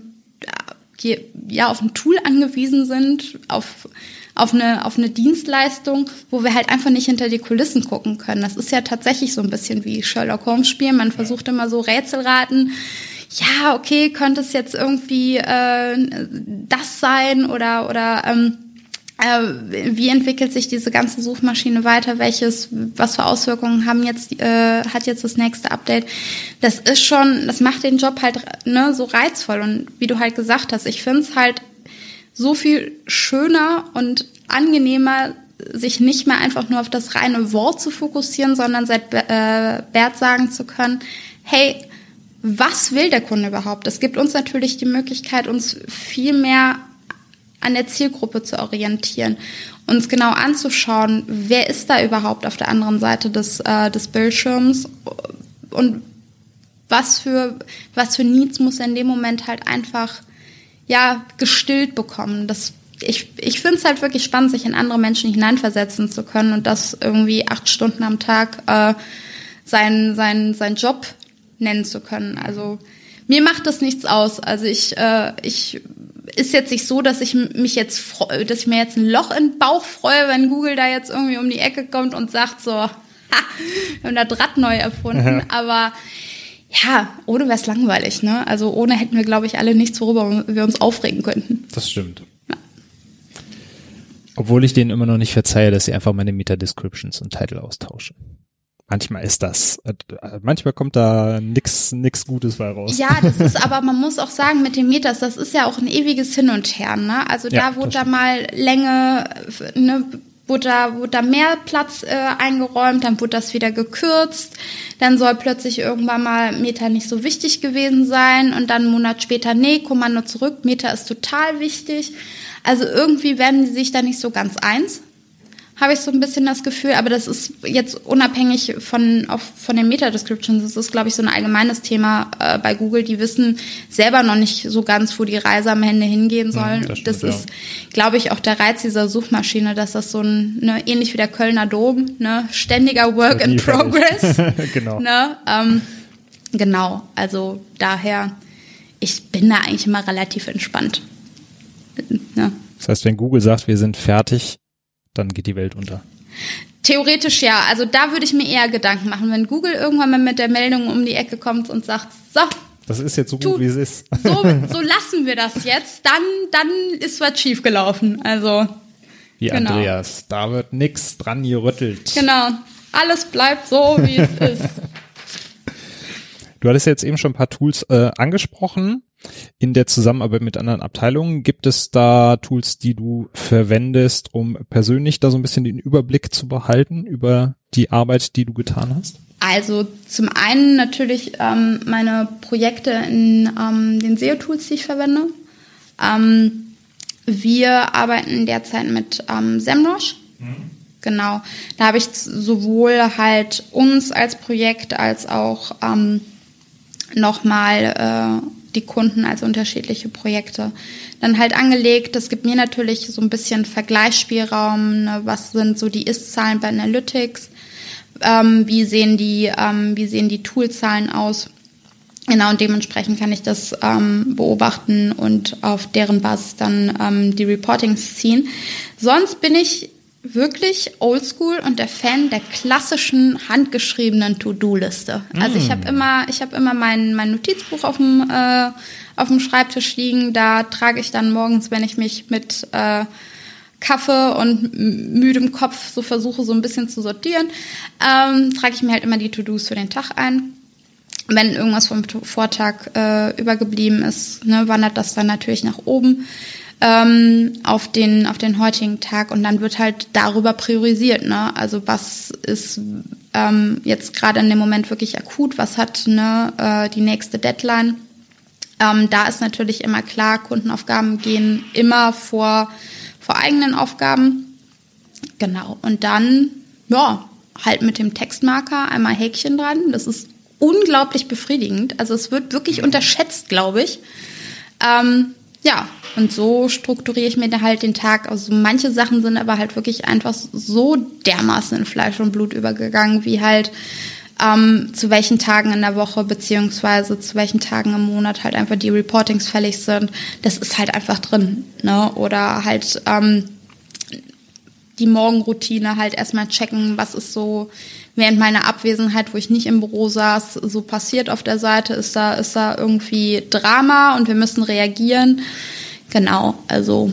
ja auf ein Tool angewiesen sind, auf auf eine auf eine Dienstleistung, wo wir halt einfach nicht hinter die Kulissen gucken können. Das ist ja tatsächlich so ein bisschen wie Sherlock Holmes spielen. Man versucht immer so Rätselraten. Ja, okay, könnte es jetzt irgendwie äh, das sein oder oder ähm, äh, wie entwickelt sich diese ganze Suchmaschine weiter? Welches, was für Auswirkungen haben jetzt äh, hat jetzt das nächste Update? Das ist schon, das macht den Job halt ne so reizvoll und wie du halt gesagt hast, ich finde es halt so viel schöner und angenehmer, sich nicht mehr einfach nur auf das reine Wort zu fokussieren, sondern seit äh, Bert sagen zu können, hey, was will der Kunde überhaupt? Das gibt uns natürlich die Möglichkeit, uns viel mehr an der Zielgruppe zu orientieren, uns genau anzuschauen, wer ist da überhaupt auf der anderen Seite des, äh, des Bildschirms und was für, was für Needs muss er in dem Moment halt einfach ja gestillt bekommen. Das, ich ich finde es halt wirklich spannend, sich in andere Menschen hineinversetzen zu können und das irgendwie acht Stunden am Tag äh, sein, sein, sein Job nennen zu können. Also mir macht das nichts aus. Also ich, äh, ich ist jetzt nicht so, dass ich mich jetzt freu, dass ich mir jetzt ein Loch in den Bauch freue, wenn Google da jetzt irgendwie um die Ecke kommt und sagt so, ha, wir haben das Rad neu erfunden. Mhm. Aber ja, ohne wäre es langweilig, ne? Also ohne hätten wir, glaube ich, alle nichts, worüber wir uns aufregen könnten. Das stimmt. Ja. Obwohl ich denen immer noch nicht verzeihe, dass sie einfach meine Meta-Descriptions und Titel austauschen. Manchmal ist das, äh, manchmal kommt da nix, nix Gutes bei raus. Ja, das ist aber, man muss auch sagen, mit den Metas, das ist ja auch ein ewiges Hin und Her, ne? Also da ja, wurde da mal Länge, ne, wurde da, wurde da mehr Platz äh, eingeräumt, dann wurde das wieder gekürzt, dann soll plötzlich irgendwann mal Meta nicht so wichtig gewesen sein und dann einen Monat später, nee, Kommando zurück, Meta ist total wichtig. Also irgendwie werden die sich da nicht so ganz eins, habe ich so ein bisschen das Gefühl, aber das ist jetzt unabhängig von, auch von den Meta-Descriptions, das ist, glaube ich, so ein allgemeines Thema äh, bei Google, die wissen selber noch nicht so ganz, wo die Reise am Ende hingehen soll. Ja, das, stimmt, das ist, ja. glaube ich, auch der Reiz dieser Suchmaschine, dass das so ein, ne, ähnlich wie der Kölner Dom, ne, ständiger Work in Progress. Genau. Ne, ähm, genau, also daher, ich bin da eigentlich immer relativ entspannt. Ne. Das heißt, wenn Google sagt, wir sind fertig, dann geht die Welt unter. Theoretisch ja. Also da würde ich mir eher Gedanken machen, wenn Google irgendwann mal mit der Meldung um die Ecke kommt und sagt, so. Das ist jetzt so gut, wie es ist. So, so lassen wir das jetzt. Dann, dann ist was schiefgelaufen. Also. Wie genau. Andreas. Da wird nichts dran gerüttelt. Genau. Alles bleibt so, wie es ist. Du hattest jetzt eben schon ein paar Tools äh, angesprochen. In der Zusammenarbeit mit anderen Abteilungen, gibt es da Tools, die du verwendest, um persönlich da so ein bisschen den Überblick zu behalten über die Arbeit, die du getan hast? Also zum einen natürlich ähm, meine Projekte in ähm, den S E O-Tools, die ich verwende. Ähm, wir arbeiten derzeit mit ähm, SEMrush. Mhm. Genau. Da habe ich sowohl halt uns als Projekt als auch ähm, nochmal äh, die Kunden als unterschiedliche Projekte dann halt angelegt. Das gibt mir natürlich so ein bisschen Vergleichsspielraum, ne? Was sind so die Ist-Zahlen bei Analytics, ähm, wie sehen die, ähm, wie sehen die Toolzahlen aus. Genau, und dementsprechend kann ich das ähm, beobachten und auf deren Basis dann ähm, die Reportings ziehen. Sonst bin ich wirklich oldschool und der Fan der klassischen handgeschriebenen To-Do-Liste. Mm. Also ich habe immer, ich habe immer mein mein Notizbuch auf dem äh, auf dem Schreibtisch liegen. Da trage ich dann morgens, wenn ich mich mit äh, Kaffee und müdem Kopf so versuche, so ein bisschen zu sortieren, ähm, trage ich mir halt immer die To-Dos für den Tag ein. Wenn irgendwas vom Vortag äh, übergeblieben ist, ne, wandert das dann natürlich nach oben. auf den auf den heutigen Tag und dann wird halt darüber priorisiert, ne? Also was ist ähm, jetzt gerade in dem Moment wirklich akut, was hat ne äh, die nächste Deadline? Ähm, da ist natürlich immer klar, Kundenaufgaben gehen immer vor vor eigenen Aufgaben. Genau. Und dann ja halt mit dem Textmarker einmal Häkchen dran. Das ist unglaublich befriedigend. Also es wird wirklich unterschätzt, glaube ich. Ähm, Ja, und so strukturiere ich mir da halt den Tag. Also manche Sachen sind aber halt wirklich einfach so dermaßen in Fleisch und Blut übergegangen, wie halt ähm, zu welchen Tagen in der Woche beziehungsweise zu welchen Tagen im Monat halt einfach die Reportings fällig sind. Das ist halt einfach drin, ne? Oder halt ähm, die Morgenroutine halt erstmal checken, was ist so während meiner Abwesenheit, wo ich nicht im Büro saß, so passiert auf der Seite, ist da, ist da irgendwie Drama und wir müssen reagieren. Genau, also.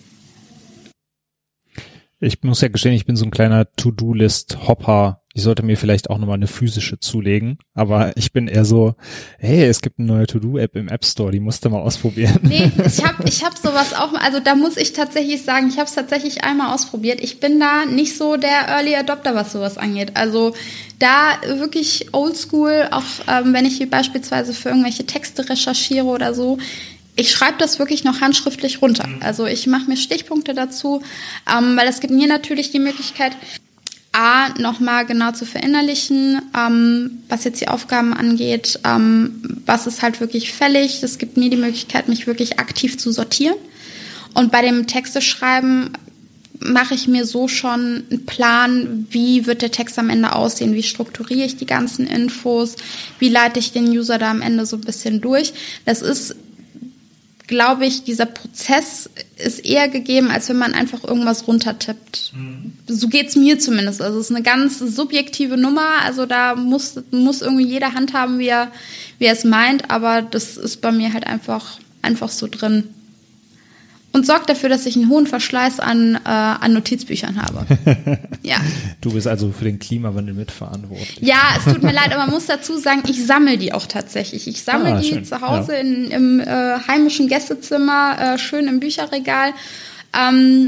Ich muss ja gestehen, ich bin so ein kleiner To-Do-List-Hopper. Ich sollte mir vielleicht auch nochmal eine physische zulegen, aber ich bin eher so, hey, es gibt eine neue To-Do-App im App Store, die musst du mal ausprobieren. Nee, ich habe ich hab sowas auch, also da muss ich tatsächlich sagen, ich habe es tatsächlich einmal ausprobiert. Ich bin da nicht so der Early Adopter, was sowas angeht. Also da wirklich oldschool, auch ähm, wenn ich hier beispielsweise für irgendwelche Texte recherchiere oder so, ich schreibe das wirklich noch handschriftlich runter. Also ich mache mir Stichpunkte dazu, ähm, weil es gibt mir natürlich die Möglichkeit, A, nochmal genau zu verinnerlichen, ähm, was jetzt die Aufgaben angeht, ähm, was ist halt wirklich fällig. Das gibt mir die Möglichkeit, mich wirklich aktiv zu sortieren. Und bei dem Texteschreiben mache ich mir so schon einen Plan, wie wird der Text am Ende aussehen, wie strukturiere ich die ganzen Infos, wie leite ich den User da am Ende so ein bisschen durch. Das ist, glaube ich, dieser Prozess ist eher gegeben, als wenn man einfach irgendwas runtertippt. Mhm. So geht's mir zumindest. Also es ist eine ganz subjektive Nummer. Also da muss, muss irgendwie jeder handhaben, wie er, wie er es meint. Aber das ist bei mir halt einfach, einfach so drin. Und sorgt dafür, dass ich einen hohen Verschleiß an, äh, an Notizbüchern habe. Ja. Du bist also für den Klimawandel mitverantwortlich. Ja, es tut mir leid, aber man muss dazu sagen, ich sammle die auch tatsächlich. Ich sammle ah, die schön. zu Hause ja. in, im äh, heimischen Gästezimmer, äh, schön im Bücherregal. Ähm,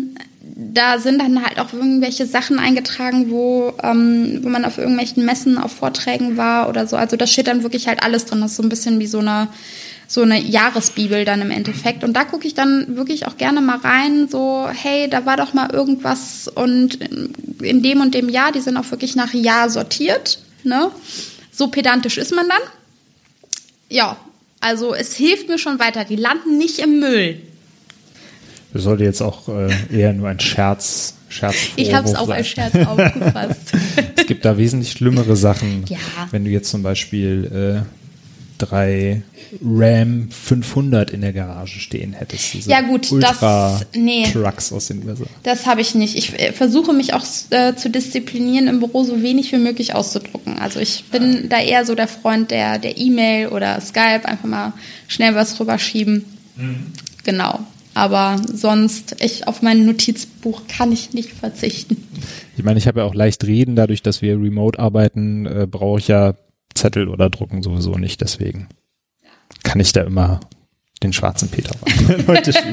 da sind dann halt auch irgendwelche Sachen eingetragen, wo, ähm, wo man auf irgendwelchen Messen, auf Vorträgen war oder so. Also da steht dann wirklich halt alles drin. Das ist so ein bisschen wie so eine, so eine Jahresbibel dann im Endeffekt. Und da gucke ich dann wirklich auch gerne mal rein, so, hey, da war doch mal irgendwas und in dem und dem Jahr, die sind auch wirklich nach Jahr sortiert, ne? So pedantisch ist man dann. Ja, also es hilft mir schon weiter. Die landen nicht im Müll. Das sollte jetzt auch äh, eher nur ein Scherz, Scherz Ich habe es auch als Scherz aufgefasst. Es gibt da wesentlich schlimmere Sachen. Ja. Wenn du jetzt zum Beispiel äh, drei Ram fünfhundert in der Garage stehen hättest. Diese ja gut, Ultra das nee, Trucks aus den U S A. Das habe ich nicht. Ich äh, versuche mich auch äh, zu disziplinieren, im Büro so wenig wie möglich auszudrucken. Also ich bin ja. da eher so der Freund der der E-Mail oder Skype, einfach mal schnell was rüberschieben. Mhm. Genau. Aber sonst, ich auf mein Notizbuch kann ich nicht verzichten. Ich meine, ich habe ja auch leicht reden, dadurch, dass wir remote arbeiten, äh, brauche ich ja Zettel oder drucken sowieso nicht. Deswegen kann ich da immer den schwarzen Peter Leute schieben.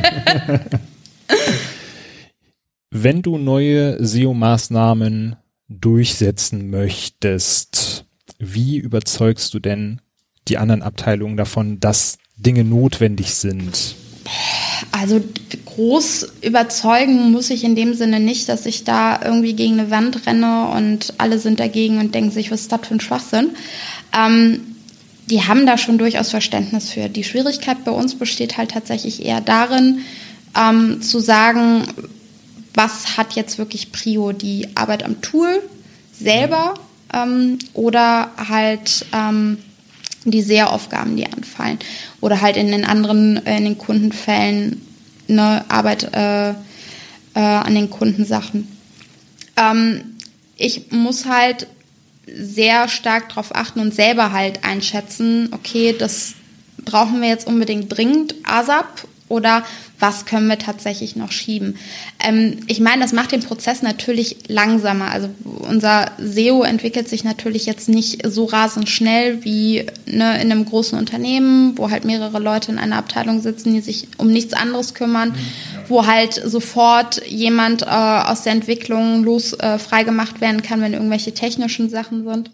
Wenn du neue S E O-Maßnahmen durchsetzen möchtest, wie überzeugst du denn die anderen Abteilungen davon, dass Dinge notwendig sind? Also groß überzeugen muss ich in dem Sinne nicht, dass ich da irgendwie gegen eine Wand renne und alle sind dagegen und denken sich, was ist das für ein Schwachsinn. Ähm, die haben da schon durchaus Verständnis für. Die Schwierigkeit bei uns besteht halt tatsächlich eher darin, ähm, zu sagen, was hat jetzt wirklich Prio, die Arbeit am Tool selber ähm, oder halt ähm, die S E O-Aufgaben, die anfallen. Oder halt in den anderen, in den Kundenfällen eine Arbeit äh, äh, an den Kundensachen. Ähm, ich muss halt sehr stark darauf achten und selber halt einschätzen, okay, das brauchen wir jetzt unbedingt dringend, ASAP, oder was können wir tatsächlich noch schieben? Ähm, ich meine, das macht den Prozess natürlich langsamer. Also unser S E O entwickelt sich natürlich jetzt nicht so rasend schnell wie ne, in einem großen Unternehmen, wo halt mehrere Leute in einer Abteilung sitzen, die sich um nichts anderes kümmern, mhm, ja. wo halt sofort jemand äh, aus der Entwicklung los äh, freigemacht werden kann, wenn irgendwelche technischen Sachen sind.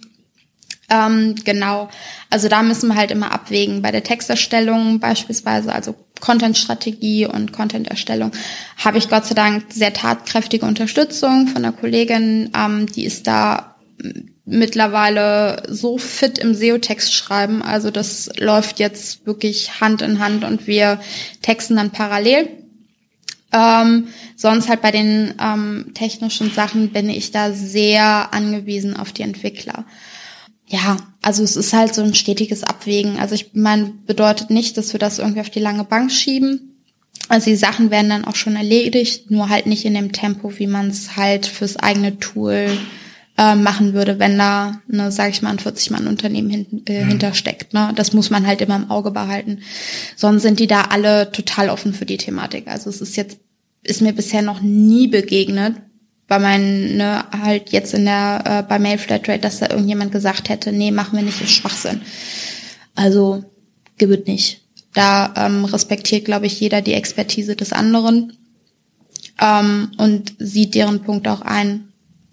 Ähm, genau, also da müssen wir halt immer abwägen. Bei der Texterstellung beispielsweise, also Content-Strategie und Content-Erstellung, habe ich Gott sei Dank sehr tatkräftige Unterstützung von einer Kollegin, ähm, die ist da mittlerweile so fit im S E O-Text schreiben, also das läuft jetzt wirklich Hand in Hand und wir texten dann parallel. Ähm, sonst halt bei den ähm, technischen Sachen bin ich da sehr angewiesen auf die Entwickler. Ja, also es ist halt so ein stetiges Abwägen. Also ich meine, bedeutet nicht, dass wir das irgendwie auf die lange Bank schieben. Also die Sachen werden dann auch schon erledigt, nur halt nicht in dem Tempo, wie man es halt fürs eigene Tool äh, machen würde, wenn da, ne, sag ich mal, ein vierzig-Mann-Unternehmen hin, äh, hintersteckt. Ne? Das muss man halt immer im Auge behalten. Sonst sind die da alle total offen für die Thematik. Also es ist jetzt, ist mir bisher noch nie begegnet, bei meinen, ne, halt jetzt in der, äh, bei Mail Flatrate, dass da irgendjemand gesagt hätte, nee, machen wir nicht, ist Schwachsinn. Also, gibt nicht. Da ähm, respektiert, glaube ich, jeder die Expertise des anderen ähm, und sieht deren Punkt auch ein.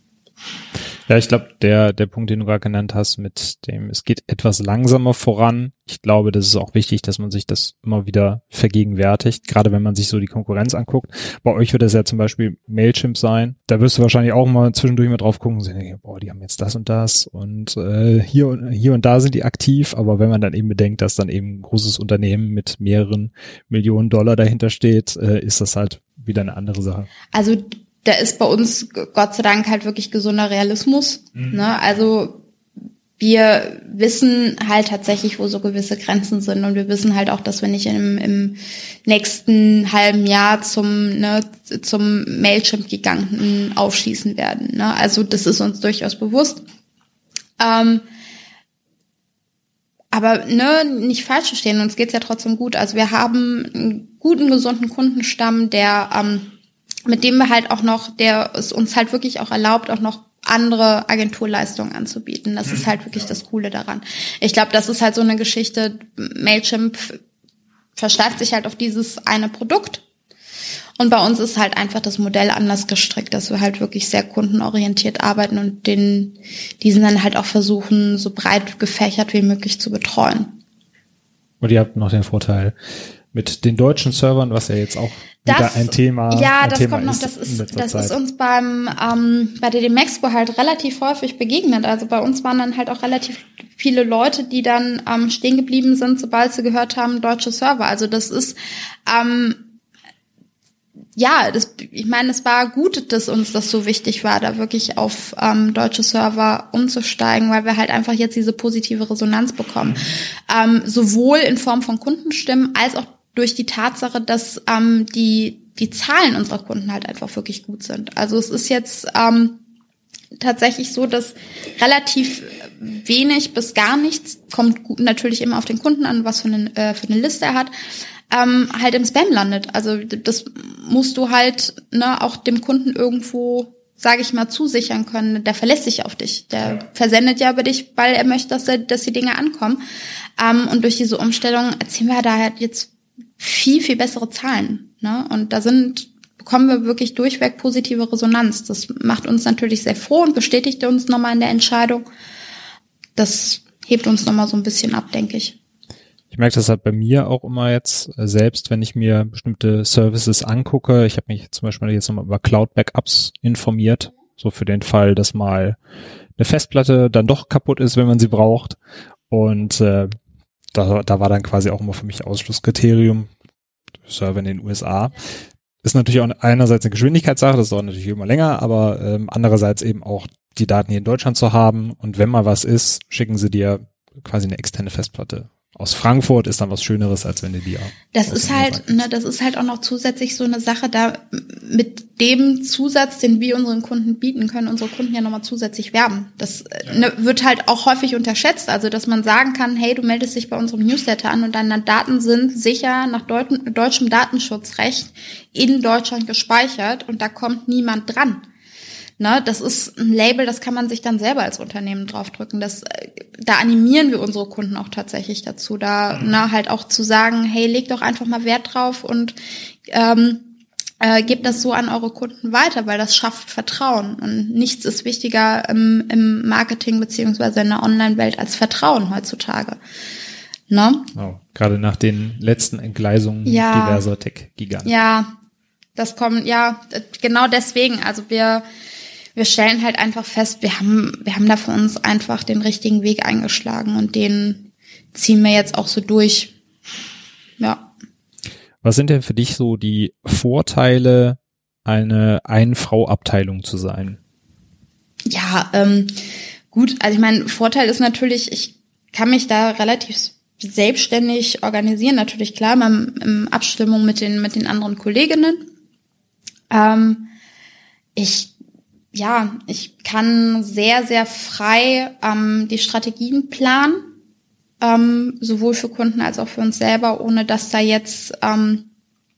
Ja, ich glaube, der der Punkt, den du gerade genannt hast, mit dem, es geht etwas langsamer voran. Ich glaube, das ist auch wichtig, dass man sich das immer wieder vergegenwärtigt, gerade wenn man sich so die Konkurrenz anguckt. Bei euch wird es ja zum Beispiel Mailchimp sein. Da wirst du wahrscheinlich auch mal zwischendurch mal drauf gucken und sagen, boah, die haben jetzt das und das und äh, hier und hier und da sind die aktiv. Aber wenn man dann eben bedenkt, dass dann eben ein großes Unternehmen mit mehreren Millionen Dollar dahinter steht, äh, ist das halt wieder eine andere Sache. Also da ist bei uns Gott sei Dank halt wirklich gesunder Realismus. Mhm. Ne? Also wir wissen halt tatsächlich, wo so gewisse Grenzen sind und wir wissen halt auch, dass wir nicht im, im nächsten halben Jahr zum ne, zum Mailchimp-Giganten aufschließen werden. Ne? Also das ist uns durchaus bewusst. Ähm, aber ne, nicht falsch verstehen, uns geht's ja trotzdem gut. Also wir haben einen guten, gesunden Kundenstamm, der ähm, mit dem wir halt auch noch, der es uns halt wirklich auch erlaubt, auch noch andere Agenturleistungen anzubieten. Das ist halt wirklich das Coole daran. Ich glaube, das ist halt so eine Geschichte, Mailchimp versteift sich halt auf dieses eine Produkt Und bei uns ist halt einfach das Modell anders gestrickt, dass wir halt wirklich sehr kundenorientiert arbeiten und den, diesen dann halt auch versuchen, so breit gefächert wie möglich zu betreuen. Und ihr habt noch den Vorteil mit den deutschen Servern, was ja jetzt auch das, wieder ein Thema ist. Ja, ein das Thema kommt noch, ist das ist, das Zeit. ist uns beim, ähm, bei der Demexco halt relativ häufig begegnet. Also bei uns waren dann halt auch relativ viele Leute, die dann ähm, stehen geblieben sind, sobald sie gehört haben, deutsche Server. Also das ist, ähm, ja, das, ich meine, es war gut, dass uns das so wichtig war, da wirklich auf ähm, deutsche Server umzusteigen, weil wir halt einfach jetzt diese positive Resonanz bekommen. Ähm, sowohl in Form von Kundenstimmen als auch durch die Tatsache, dass ähm, die die Zahlen unserer Kunden halt einfach wirklich gut sind. Also es ist jetzt ähm, tatsächlich so, dass relativ wenig bis gar nichts, kommt gut, natürlich immer auf den Kunden an, was für eine, äh, für eine Liste er hat, ähm, halt im Spam landet. Also das musst du halt ne, auch dem Kunden irgendwo, sage ich mal, zusichern können. Der verlässt sich auf dich. Der ja. versendet ja über dich, weil er möchte, dass, er, dass die Dinge ankommen. Ähm, und durch diese Umstellung erzielen wir da halt jetzt viel, viel bessere Zahlen. Ne? Und da sind bekommen wir wirklich durchweg positive Resonanz. Das macht uns natürlich sehr froh und bestätigt uns nochmal in der Entscheidung. Das hebt uns nochmal so ein bisschen ab, denke ich. Ich merke das halt bei mir auch immer jetzt selbst, wenn ich mir bestimmte Services angucke. Ich habe mich zum Beispiel jetzt nochmal über Cloud-Backups informiert, so für den Fall, dass mal eine Festplatte dann doch kaputt ist, wenn man sie braucht. Und äh, da, da war dann quasi auch immer für mich Ausschlusskriterium Server in den U S A. Ist natürlich auch einerseits eine Geschwindigkeitssache, das dauert natürlich immer länger, aber ähm, andererseits eben auch die Daten hier in Deutschland zu haben. Und wenn mal was ist, schicken sie dir quasi eine externe Festplatte. Aus Frankfurt ist dann was Schöneres, als wenn du die auch. Das ist halt, ne, das ist halt auch noch zusätzlich so eine Sache, da mit dem Zusatz, den wir unseren Kunden bieten, können unsere Kunden ja nochmal zusätzlich werben. Das ja. ne, wird halt auch häufig unterschätzt, also dass man sagen kann, hey, du meldest dich bei unserem Newsletter an und deine Daten sind sicher nach deut- deutschem Datenschutzrecht in Deutschland gespeichert und da kommt niemand dran. Ne, das ist ein Label, das kann man sich dann selber als Unternehmen draufdrücken. Das, da animieren wir unsere Kunden auch tatsächlich dazu, da mhm. ne, halt auch zu sagen, hey, legt doch einfach mal Wert drauf und ähm, äh, gebt das so an eure Kunden weiter, weil das schafft Vertrauen. Und nichts ist wichtiger im, im Marketing beziehungsweise in der Online-Welt als Vertrauen heutzutage. Ne? Oh, gerade nach den letzten Entgleisungen ja, diverser Tech-Giganten. Ja, das kommt, ja, genau deswegen. Also wir Wir stellen halt einfach fest, wir haben, wir haben da für uns einfach den richtigen Weg eingeschlagen und den ziehen wir jetzt auch so durch. Ja. Was sind denn für dich so die Vorteile, eine Ein-Frau-Abteilung zu sein? Ja, ähm, gut, also ich meine, Vorteil ist natürlich, ich kann mich da relativ selbstständig organisieren, natürlich klar, in, in Abstimmung mit den, mit den anderen Kolleginnen. Ähm, ich Ja, ich kann sehr, sehr frei ähm, die Strategien planen, ähm, sowohl für Kunden als auch für uns selber, ohne dass da jetzt ähm,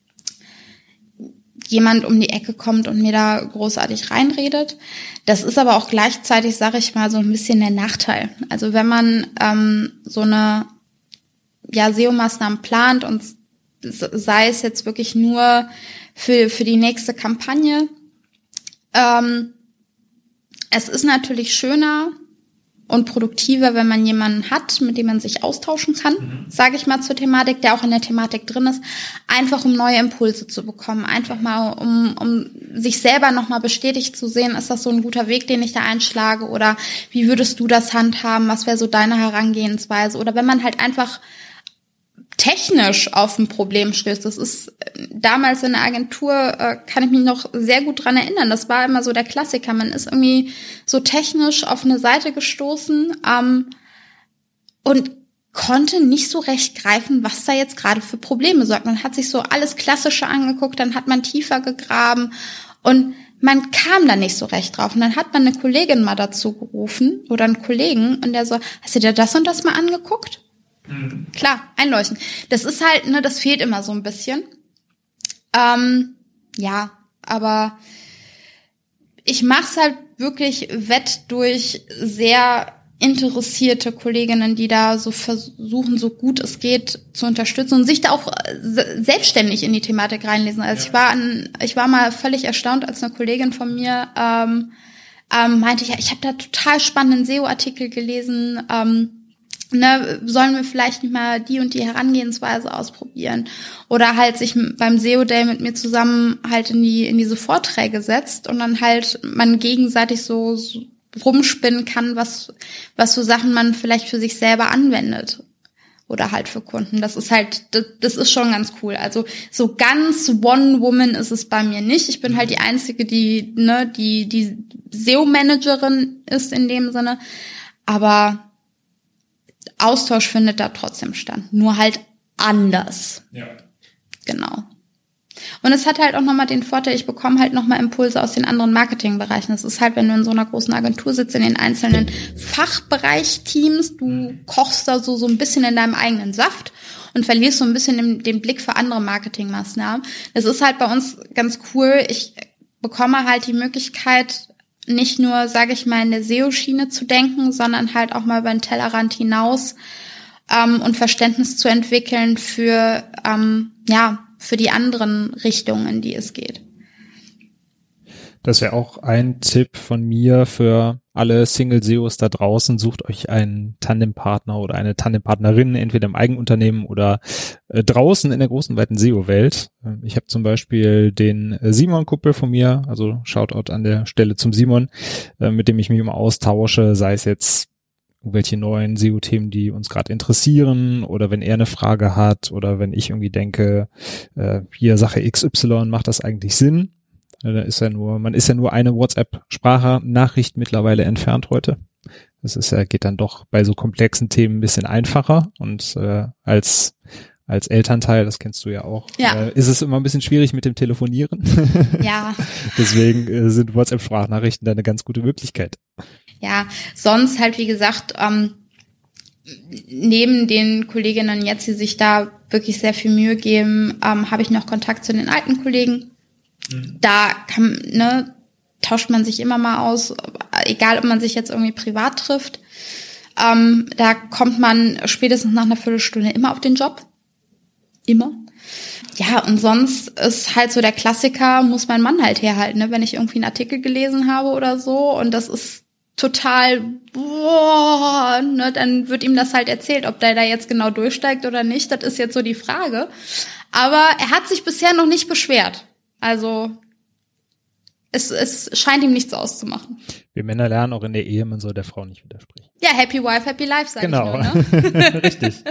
jemand um die Ecke kommt und mir da großartig reinredet. Das ist aber auch gleichzeitig, sage ich mal, so ein bisschen der Nachteil. Also wenn man ähm, so eine ja, S E O-Maßnahmen plant und sei es jetzt wirklich nur für für die nächste Kampagne, ähm, es ist natürlich schöner und produktiver, wenn man jemanden hat, mit dem man sich austauschen kann, mhm. sage ich mal zur Thematik, der auch in der Thematik drin ist, einfach um neue Impulse zu bekommen, einfach mal um, um sich selber nochmal bestätigt zu sehen, ist das so ein guter Weg, den ich da einschlage oder wie würdest du das handhaben, was wäre so deine Herangehensweise oder wenn man halt einfach technisch auf ein Problem stößt. Das ist damals in der Agentur, äh, kann ich mich noch sehr gut dran erinnern. Das war immer so der Klassiker. Man ist irgendwie so technisch auf eine Seite gestoßen ähm, und konnte nicht so recht greifen, was da jetzt gerade für Probleme sorgt. Man hat sich so alles Klassische angeguckt, dann hat man tiefer gegraben und man kam da nicht so recht drauf. Und dann hat man eine Kollegin mal dazu gerufen oder einen Kollegen und der so, hast du dir das und das mal angeguckt? Mhm. Klar, einleuchten. Das ist halt, ne, das fehlt immer so ein bisschen. Ähm, ja, aber ich mach's halt wirklich wett durch sehr interessierte Kolleginnen, die da so versuchen, so gut es geht, zu unterstützen und sich da auch selbstständig in die Thematik reinlesen. Also ja. ich war an, ich war mal völlig erstaunt, als eine Kollegin von mir ähm, ähm, meinte, ja, ich habe da total spannenden S E O-Artikel gelesen, ähm, ne, sollen wir vielleicht nicht mal die und die Herangehensweise ausprobieren oder halt sich beim S E O-Day mit mir zusammen halt in die in diese Vorträge setzt und dann halt man gegenseitig so, so rumspinnen kann, was was für Sachen man vielleicht für sich selber anwendet oder halt für Kunden. Das ist halt, das, das ist schon ganz cool. Also so ganz One-Woman ist es bei mir nicht. Ich bin halt die Einzige, die ne die die S E O-Managerin ist in dem Sinne, aber Austausch findet da trotzdem statt, nur halt anders. Ja. Genau. Und es hat halt auch nochmal den Vorteil, ich bekomme halt nochmal Impulse aus den anderen Marketingbereichen. Das ist halt, wenn du in so einer großen Agentur sitzt, in den einzelnen Fachbereich-Teams, du kochst da so so ein bisschen in deinem eigenen Saft und verlierst so ein bisschen den, den Blick für andere Marketingmaßnahmen. Das ist halt bei uns ganz cool. Ich bekomme halt die Möglichkeit, nicht nur, sage ich mal, in der S E O-Schiene zu denken, sondern halt auch mal über den Tellerrand hinaus ähm, und Verständnis zu entwickeln für ähm, ja für die anderen Richtungen, in die es geht. Das wäre auch ein Tipp von mir für alle Single-S E Os da draußen. Sucht euch einen Tandempartner oder eine Tandempartnerin, entweder im Eigenunternehmen oder äh, draußen in der großen, weiten S E O-Welt. Ich habe zum Beispiel den Simon-Kuppel von mir, also Shoutout an der Stelle zum Simon, äh, mit dem ich mich immer austausche, sei es jetzt irgendwelche neuen S E O-Themen, die uns gerade interessieren oder wenn er eine Frage hat oder wenn ich irgendwie denke, äh, hier Sache X Y, macht das eigentlich Sinn? Da ist ja nur, man ist ja nur eine WhatsApp-Sprachnachricht mittlerweile entfernt heute. Das ist ja, geht dann doch bei so komplexen Themen ein bisschen einfacher und äh, als als Elternteil, das kennst du ja auch, ja. Äh, ist es immer ein bisschen schwierig mit dem Telefonieren. Ja. Deswegen äh, sind WhatsApp-Sprachnachrichten da eine ganz gute Möglichkeit. Ja, sonst halt wie gesagt, ähm, neben den Kolleginnen jetzt, die sich da wirklich sehr viel Mühe geben, ähm, habe ich noch Kontakt zu den alten Kollegen. Mhm. Da kann, ne, tauscht man sich immer mal aus, egal ob man sich jetzt irgendwie privat trifft. Ähm, da kommt man spätestens nach einer Viertelstunde immer auf den Job. Immer. Ja, und sonst ist halt so der Klassiker, muss mein Mann halt herhalten, ne? Wenn ich irgendwie einen Artikel gelesen habe oder so und das ist total, boah, ne, dann wird ihm das halt erzählt, ob der da jetzt genau durchsteigt oder nicht, das ist jetzt so die Frage. Aber er hat sich bisher noch nicht beschwert. Also es, es scheint ihm nichts auszumachen. Wir Männer lernen auch in der Ehe, man soll der Frau nicht widersprechen. Ja, happy wife, happy life, sag genau. ich nur, ne? Richtig.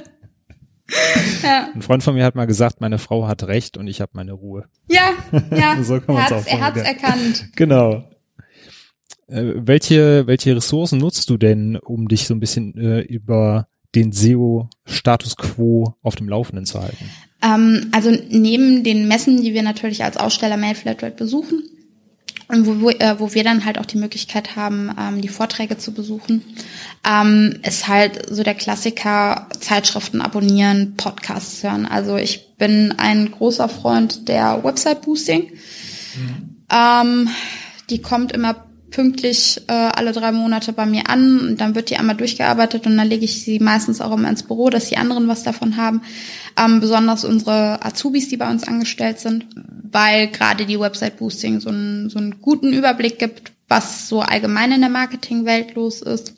Ja. Ein Freund von mir hat mal gesagt, meine Frau hat recht und ich habe meine Ruhe. Ja, ja, so kann man's er hat's, auch er hat's erkannt. Genau. Äh, welche, welche Ressourcen nutzt du denn, um dich so ein bisschen äh, über den S E O-Status quo auf dem Laufenden zu halten? Ähm, also neben den Messen, die wir natürlich als Aussteller Mailflatrate besuchen, und wo, wo, äh, wo wir dann halt auch die Möglichkeit haben, ähm, die Vorträge zu besuchen, ähm, ist halt so der Klassiker, Zeitschriften abonnieren, Podcasts hören. Also ich bin ein großer Freund der Website-Boosting. Mhm. Ähm, die kommt immer pünktlich äh, alle drei Monate bei mir an und dann wird die einmal durchgearbeitet und dann lege ich sie meistens auch immer ins Büro, dass die anderen was davon haben. Ähm, besonders unsere Azubis, die bei uns angestellt sind, weil gerade die Website-Boosting so einen, so einen guten Überblick gibt, was so allgemein in der Marketingwelt los ist.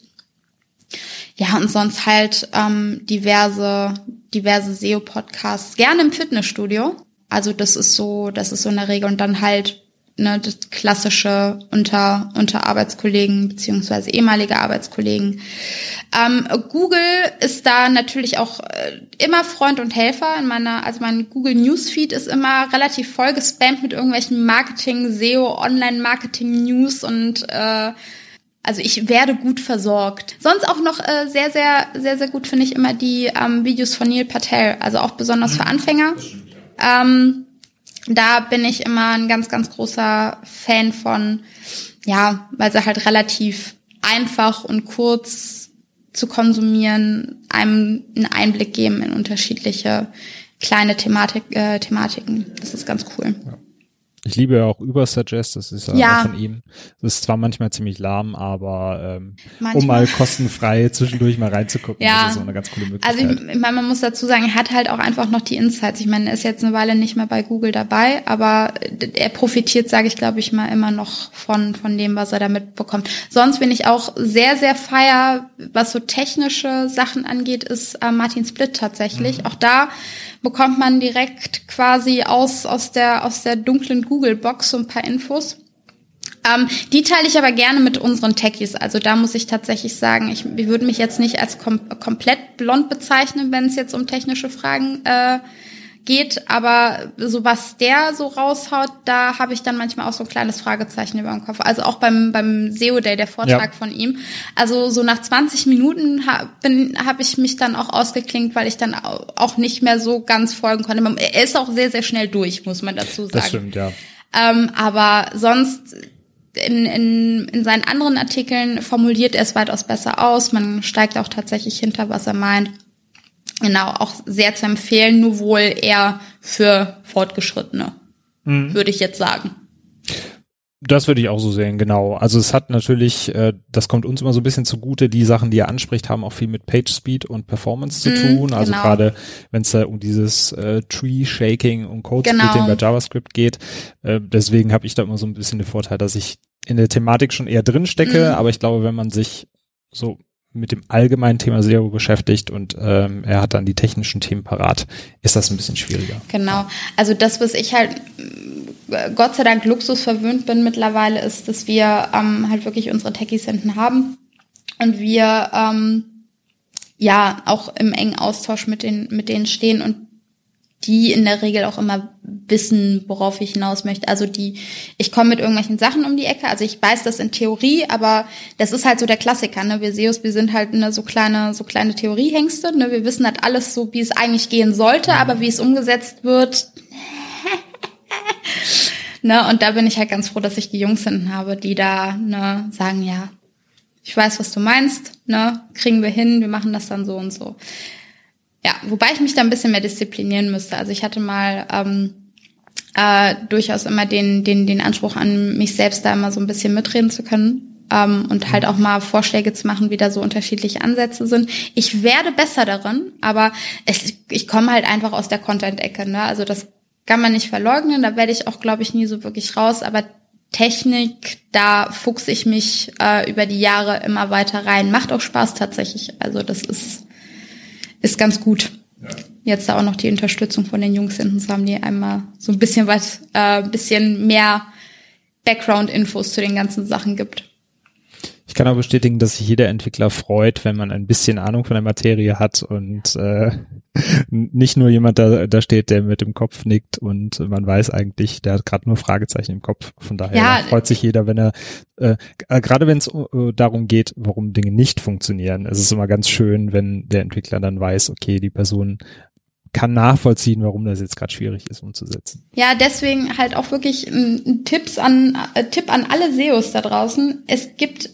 Ja, und sonst halt ähm, diverse diverse S E O-Podcasts, gerne im Fitnessstudio. Also das ist so, das ist so in der Regel und dann halt ne, das klassische unter unter Arbeitskollegen beziehungsweise ehemalige Arbeitskollegen. Ähm, Google ist da natürlich auch äh, immer Freund und Helfer. In meiner, also mein Google Newsfeed ist immer relativ voll gespammt mit irgendwelchen Marketing, S E O, Online-Marketing-News und äh, also ich werde gut versorgt. Sonst auch noch äh, sehr, sehr, sehr, sehr gut finde ich immer die ähm, Videos von Neil Patel, also auch besonders für Anfänger. Ähm, da bin ich immer ein ganz, ganz großer Fan von, ja, weil sie halt relativ einfach und kurz zu konsumieren, einem einen Einblick geben in unterschiedliche kleine Thematik, äh, Thematiken. Das ist ganz cool. Ja. Ich liebe ja auch Übersuggest, das ist ja, ja auch von ihm. Das ist zwar manchmal ziemlich lahm, aber ähm, um mal kostenfrei zwischendurch mal reinzugucken, ja. das ist so eine ganz coole Möglichkeit. Also ich, ich meine, man muss dazu sagen, er hat halt auch einfach noch die Insights. Ich meine, er ist jetzt eine Weile nicht mehr bei Google dabei, aber er profitiert, sage ich, glaube ich mal, immer noch von von dem, was er da mitbekommt. Sonst bin ich auch sehr, sehr feier, was so technische Sachen angeht, ist äh, Martin Splitt tatsächlich. Mhm. Auch da bekommt man direkt quasi aus aus der aus der dunklen Google-Box so ein paar Infos. Ähm, die teile ich aber gerne mit unseren Techies. Also da muss ich tatsächlich sagen, ich, ich würde mich jetzt nicht als kom- komplett blond bezeichnen, wenn es jetzt um technische Fragen äh, geht. Aber so was der so raushaut, da habe ich dann manchmal auch so ein kleines Fragezeichen über dem Kopf. Also auch beim beim S E O Day, der Vortrag ja. von ihm. Also so nach zwanzig Minuten habe hab ich mich dann auch ausgeklinkt, weil ich dann auch nicht mehr so ganz folgen konnte. Er ist auch sehr, sehr schnell durch, muss man dazu sagen. Das stimmt, ja. Ähm, aber sonst in, in, in seinen anderen Artikeln formuliert er es weitaus besser aus. Man steigt auch tatsächlich hinter, was er meint. Genau, auch sehr zu empfehlen, nur wohl eher für Fortgeschrittene, mhm. würde ich jetzt sagen. Das würde ich auch so sehen, genau. Also es hat natürlich, äh, das kommt uns immer so ein bisschen zugute, die Sachen, die er anspricht, haben auch viel mit Page Speed und Performance zu tun. Mm, also genau. Gerade wenn es da um dieses äh, Tree-Shaking und Code-Splitting genau. bei JavaScript geht. Äh, deswegen habe ich da immer so ein bisschen den Vorteil, dass ich in der Thematik schon eher drin stecke. Mm. Aber ich glaube, wenn man sich so mit dem allgemeinen Thema S E O beschäftigt und ähm, er hat dann die technischen Themen parat, ist das ein bisschen schwieriger. Genau. Also das, was ich halt Gott sei Dank Luxus verwöhnt bin mittlerweile, ist, dass wir ähm, halt wirklich unsere Techies hinten haben und wir ähm, ja auch im engen Austausch mit den mit denen stehen und die in der Regel auch immer wissen, worauf ich hinaus möchte. Also die, ich komme mit irgendwelchen Sachen um die Ecke, also ich weiß das in Theorie, aber das ist halt so der Klassiker, ne? Wir S E Os, wir sind halt eine so kleine, so kleine Theoriehengste, ne? Wir wissen halt alles so, wie es eigentlich gehen sollte, aber wie es umgesetzt wird, ne? Und da bin ich halt ganz froh, dass ich die Jungs hinten habe, die da, ne, sagen, ja, ich weiß, was du meinst, ne? Kriegen wir hin, wir machen das dann so und so. Ja, wobei ich mich da ein bisschen mehr disziplinieren müsste. Also ich hatte mal ähm, äh, durchaus immer den den den Anspruch an mich selbst, da immer so ein bisschen mitreden zu können ähm, und halt auch mal Vorschläge zu machen, wie da so unterschiedliche Ansätze sind. Ich werde besser darin, aber es, ich komme halt einfach aus der Content-Ecke, ne? Also das kann man nicht verleugnen, da werde ich auch, glaube ich, nie so wirklich raus, aber Technik, da fuchse ich mich äh, über die Jahre immer weiter rein. Macht auch Spaß tatsächlich. Also das ist ist ganz gut. Ja. Jetzt da auch noch die Unterstützung von den Jungs hinten zu haben, die einmal so ein bisschen was, äh, bisschen mehr Background-Infos zu den ganzen Sachen gibt. Ich kann auch bestätigen, dass sich jeder Entwickler freut, wenn man ein bisschen Ahnung von der Materie hat und äh, nicht nur jemand da, da steht, der mit dem Kopf nickt und man weiß eigentlich, der hat gerade nur Fragezeichen im Kopf. Von daher ja, freut sich jeder, wenn er, äh, gerade wenn es äh, darum geht, warum Dinge nicht funktionieren. Es ist immer ganz schön, wenn der Entwickler dann weiß, okay, die Person kann nachvollziehen, warum das jetzt gerade schwierig ist umzusetzen. Ja, deswegen halt auch wirklich ein, ein Tipps an, äh, Tipp an alle S E Os da draußen. Es gibt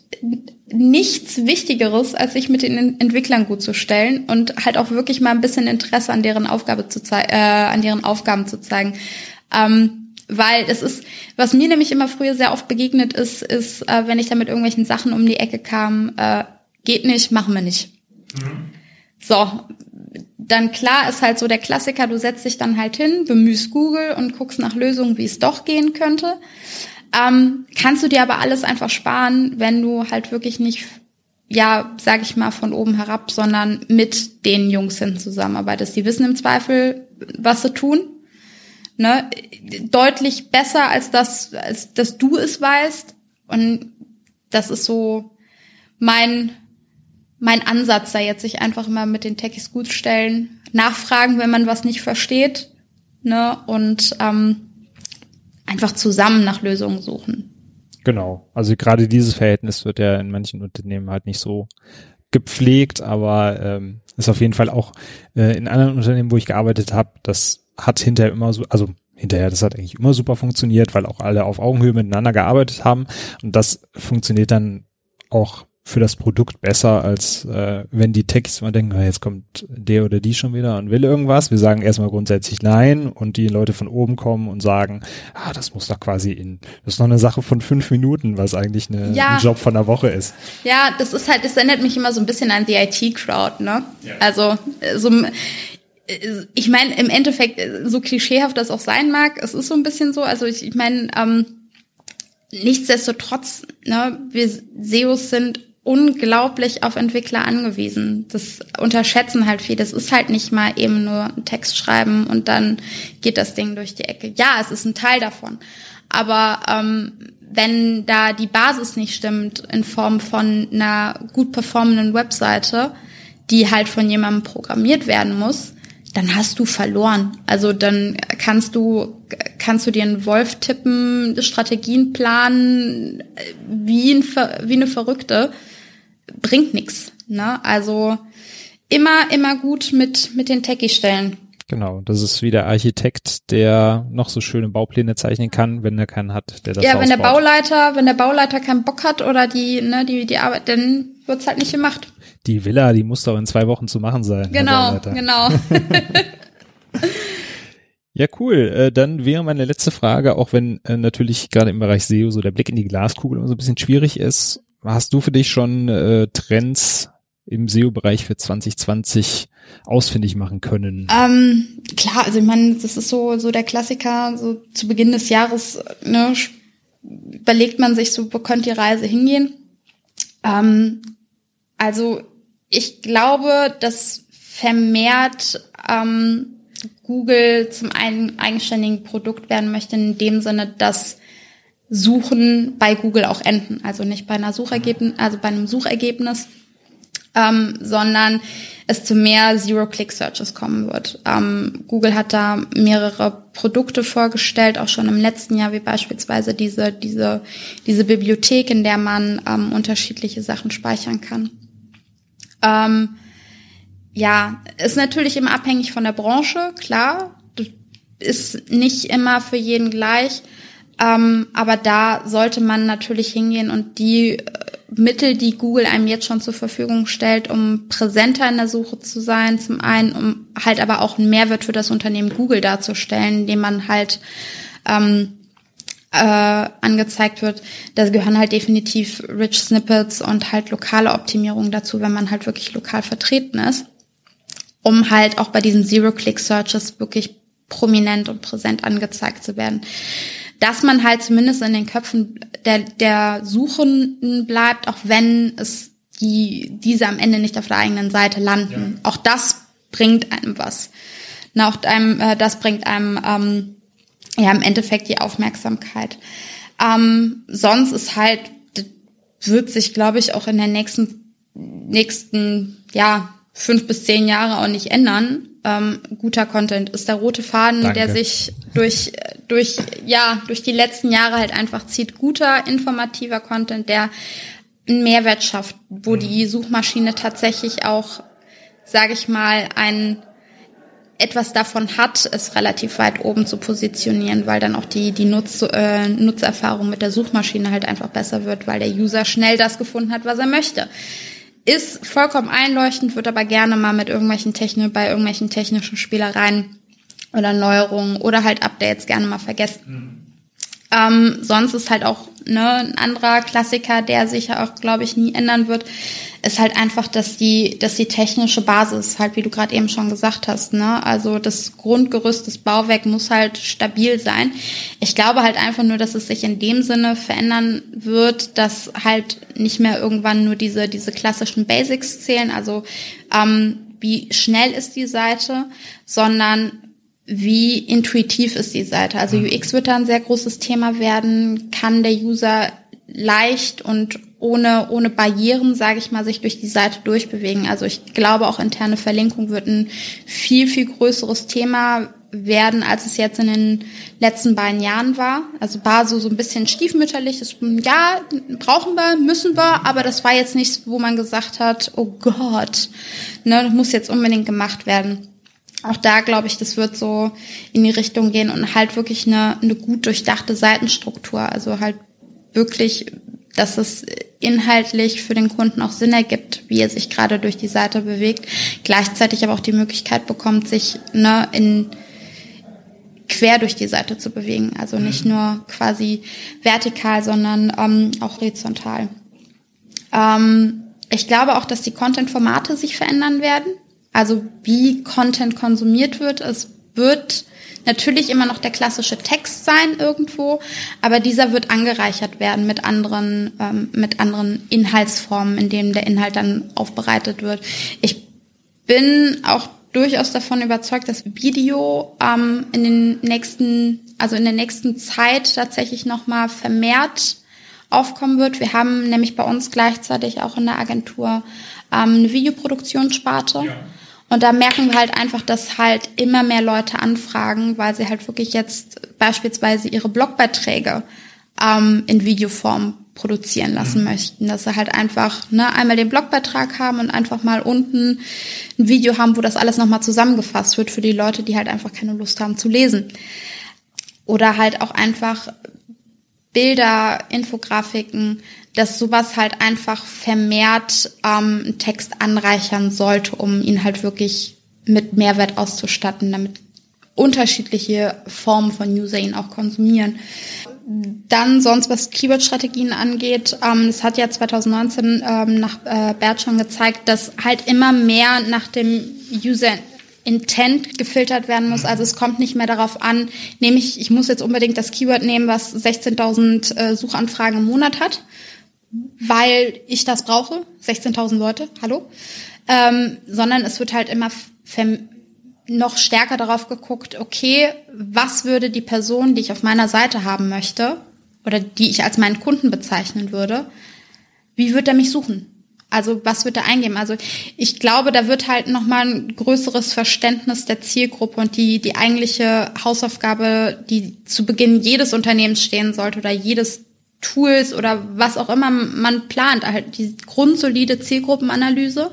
nichts Wichtigeres, als sich mit den Entwicklern gut zu stellen und halt auch wirklich mal ein bisschen Interesse an deren Aufgabe zu zeigen, äh, an deren Aufgaben zu zeigen. Ähm, weil es ist, was mir nämlich immer früher sehr oft begegnet ist, ist, äh, wenn ich da mit irgendwelchen Sachen um die Ecke kam, äh, geht nicht, machen wir nicht. Mhm. So, dann klar ist halt so der Klassiker, du setzt dich dann halt hin, bemühst Google und guckst nach Lösungen, wie es doch gehen könnte. Ähm, kannst du dir aber alles einfach sparen, wenn du halt wirklich nicht, ja, sag ich mal, von oben herab, sondern mit den Jungs hin zusammenarbeitest. Die wissen im Zweifel, was sie tun. Ne? Deutlich besser, als das, als dass du es weißt. Und das ist so mein mein Ansatz, da jetzt sich einfach immer mit den Techies gut stellen, nachfragen, wenn man was nicht versteht, ne, und ähm, einfach zusammen nach Lösungen suchen. Genau, also gerade dieses Verhältnis wird ja in manchen Unternehmen halt nicht so gepflegt, aber ähm, ist auf jeden Fall auch äh, in anderen Unternehmen, wo ich gearbeitet habe, das hat hinterher immer so, also hinterher, das hat eigentlich immer super funktioniert, weil auch alle auf Augenhöhe miteinander gearbeitet haben und das funktioniert dann auch für das Produkt besser, als äh, wenn die Techies mal denken, ah, jetzt kommt der oder die schon wieder und will irgendwas. Wir sagen erstmal grundsätzlich nein und die Leute von oben kommen und sagen, ah, das muss doch quasi in, das ist noch eine Sache von fünf Minuten, was eigentlich eine, ja. ein Job von einer Woche ist. Ja, das ist halt, das erinnert mich immer so ein bisschen an die I T-Crowd, ne? Ja. Also so, ich meine, im Endeffekt, so klischeehaft das auch sein mag, es ist so ein bisschen so, also ich, ich meine, ähm, nichtsdestotrotz, ne, wir S E Os sind unglaublich auf Entwickler angewiesen. Das unterschätzen halt viele. Das ist halt nicht mal eben nur einen Text schreiben und dann geht das Ding durch die Ecke. Ja, es ist ein Teil davon. Aber ähm, wenn da die Basis nicht stimmt in Form von einer gut performenden Webseite, die halt von jemandem programmiert werden muss, dann hast du verloren. Also dann kannst du kannst du dir einen Wolf tippen, Strategien planen, wie, ein, wie eine Verrückte. Bringt nichts, ne? Also immer, immer gut mit, mit den Techies stellen. Genau, das ist wie der Architekt, der noch so schöne Baupläne zeichnen kann, wenn er keinen hat, der das Ja, Haus wenn der baut. Bauleiter, wenn der Bauleiter keinen Bock hat oder die, ne, die, die Arbeit, dann wird's halt nicht gemacht. Die Villa, die muss doch in zwei Wochen zu machen sein. Genau, genau. Ja, cool. Äh, dann wäre meine letzte Frage, auch wenn äh, natürlich gerade im Bereich S E O so der Blick in die Glaskugel immer so ein bisschen schwierig ist. Hast du für dich schon äh, Trends im S E O-Bereich für zwanzig zwanzig ausfindig machen können? Ähm, klar, also ich meine, das ist so so der Klassiker, so zu Beginn des Jahres, ne, überlegt man sich so, wo könnte die Reise hingehen? Ähm, also ich glaube, dass vermehrt ähm, Google zum einen eigenständigen Produkt werden möchte, in dem Sinne, dass Suchen bei Google auch enden, also nicht bei einer Suchergebnis, also bei einem Suchergebnis, ähm, sondern es zu mehr Zero-Click-Searches kommen wird. Ähm, Google hat da mehrere Produkte vorgestellt, auch schon im letzten Jahr, wie beispielsweise diese diese diese Bibliothek, in der man ähm, unterschiedliche Sachen speichern kann. Ähm, ja, ist natürlich immer abhängig von der Branche, klar, das ist nicht immer für jeden gleich. Ähm, aber da sollte man natürlich hingehen und die äh, Mittel, die Google einem jetzt schon zur Verfügung stellt, um präsenter in der Suche zu sein, zum einen, um halt aber auch einen Mehrwert für das Unternehmen Google darzustellen, indem man halt ähm, äh, angezeigt wird, da gehören halt definitiv Rich Snippets und halt lokale Optimierung dazu, wenn man halt wirklich lokal vertreten ist, um halt auch bei diesen Zero-Click-Searches wirklich prominent und präsent angezeigt zu werden. Dass man halt zumindest in den Köpfen der, der Suchenden bleibt, auch wenn es die diese am Ende nicht auf der eigenen Seite landen. Ja. Auch das bringt einem was. Na, auch einem, äh, das bringt einem ähm, ja im Endeffekt die Aufmerksamkeit. Ähm, sonst ist halt, wird sich, glaube ich, auch in den nächsten nächsten ja fünf bis zehn Jahre auch nicht ändern. Ähm, guter Content ist der rote Faden, Danke. der sich durch durch ja durch die letzten Jahre halt einfach zieht. Guter, informativer Content, der einen Mehrwert schafft, wo mhm. die Suchmaschine tatsächlich auch, sage ich mal, ein etwas davon hat, es relativ weit oben zu positionieren, weil dann auch die die Nutz, äh, Nutzerfahrung mit der Suchmaschine halt einfach besser wird, weil der User schnell das gefunden hat, was er möchte. Ist vollkommen einleuchtend, wird aber gerne mal mit irgendwelchen Technik, bei irgendwelchen technischen Spielereien oder Neuerungen oder halt Updates gerne mal vergessen. Mhm. Ähm, sonst ist halt auch ne, ein anderer Klassiker, der sich ja auch, glaube ich, nie ändern wird, ist halt einfach, dass die, dass die technische Basis halt, wie du gerade eben schon gesagt hast, ne, also das Grundgerüst, das Bauwerk muss halt stabil sein. Ich glaube halt einfach nur, dass es sich in dem Sinne verändern wird, dass halt nicht mehr irgendwann nur diese, diese klassischen Basics zählen, also ähm, wie schnell ist die Seite, sondern wie intuitiv ist die Seite. Also U X wird da ein sehr großes Thema werden. Kann der User leicht und ohne ohne Barrieren, sage ich mal, sich durch die Seite durchbewegen. Also ich glaube, auch interne Verlinkung wird ein viel, viel größeres Thema werden, als es jetzt in den letzten beiden Jahren war. Also war so, so ein bisschen stiefmütterlich. Das, ja, brauchen wir, müssen wir, aber das war jetzt nichts, wo man gesagt hat, oh Gott, ne, das muss jetzt unbedingt gemacht werden. Auch da glaube ich, das wird so in die Richtung gehen und halt wirklich eine, eine gut durchdachte Seitenstruktur. Also halt wirklich dass es inhaltlich für den Kunden auch Sinn ergibt, wie er sich gerade durch die Seite bewegt, gleichzeitig aber auch die Möglichkeit bekommt, sich ne, in quer durch die Seite zu bewegen, also nicht nur quasi vertikal, sondern ähm, auch horizontal. Ähm, ich glaube auch, dass die Content-Formate sich verändern werden, also wie Content konsumiert wird. Es wird natürlich immer noch der klassische Text sein irgendwo, aber dieser wird angereichert werden mit anderen, ähm, mit anderen Inhaltsformen, in denen der Inhalt dann aufbereitet wird. Ich bin auch durchaus davon überzeugt, dass Video ähm, in den nächsten, also in der nächsten Zeit tatsächlich nochmal vermehrt aufkommen wird. Wir haben nämlich bei uns gleichzeitig auch in der Agentur ähm, eine Videoproduktionssparte. Ja. Und da merken wir halt einfach, dass halt immer mehr Leute anfragen, weil sie halt wirklich jetzt beispielsweise ihre Blogbeiträge ähm, in Videoform produzieren lassen mhm. möchten. Dass sie halt einfach ne, einmal den Blogbeitrag haben und einfach mal unten ein Video haben, wo das alles nochmal zusammengefasst wird für die Leute, die halt einfach keine Lust haben zu lesen. Oder halt auch einfach Bilder, Infografiken, dass sowas halt einfach vermehrt ähm, einen Text anreichern sollte, um ihn halt wirklich mit Mehrwert auszustatten, damit unterschiedliche Formen von User ihn auch konsumieren. Dann sonst, was Keyword-Strategien angeht, ähm, es hat ja zwanzig neunzehn ähm, nach äh, Bert schon gezeigt, dass halt immer mehr nach dem User Intent gefiltert werden muss. Also es kommt nicht mehr darauf an, nehme ich, ich muss jetzt unbedingt das Keyword nehmen, was sechzehntausend äh, Suchanfragen im Monat hat, weil ich das brauche, sechzehntausend Leute, hallo, ähm, sondern es wird halt immer fem- noch stärker darauf geguckt, okay, was würde die Person, die ich auf meiner Seite haben möchte oder die ich als meinen Kunden bezeichnen würde, wie wird er mich suchen? Also was wird er eingeben? Also ich glaube, da wird halt nochmal ein größeres Verständnis der Zielgruppe und die die eigentliche Hausaufgabe, die zu Beginn jedes Unternehmens stehen sollte oder jedes Tools oder was auch immer man plant, halt die grundsolide Zielgruppenanalyse.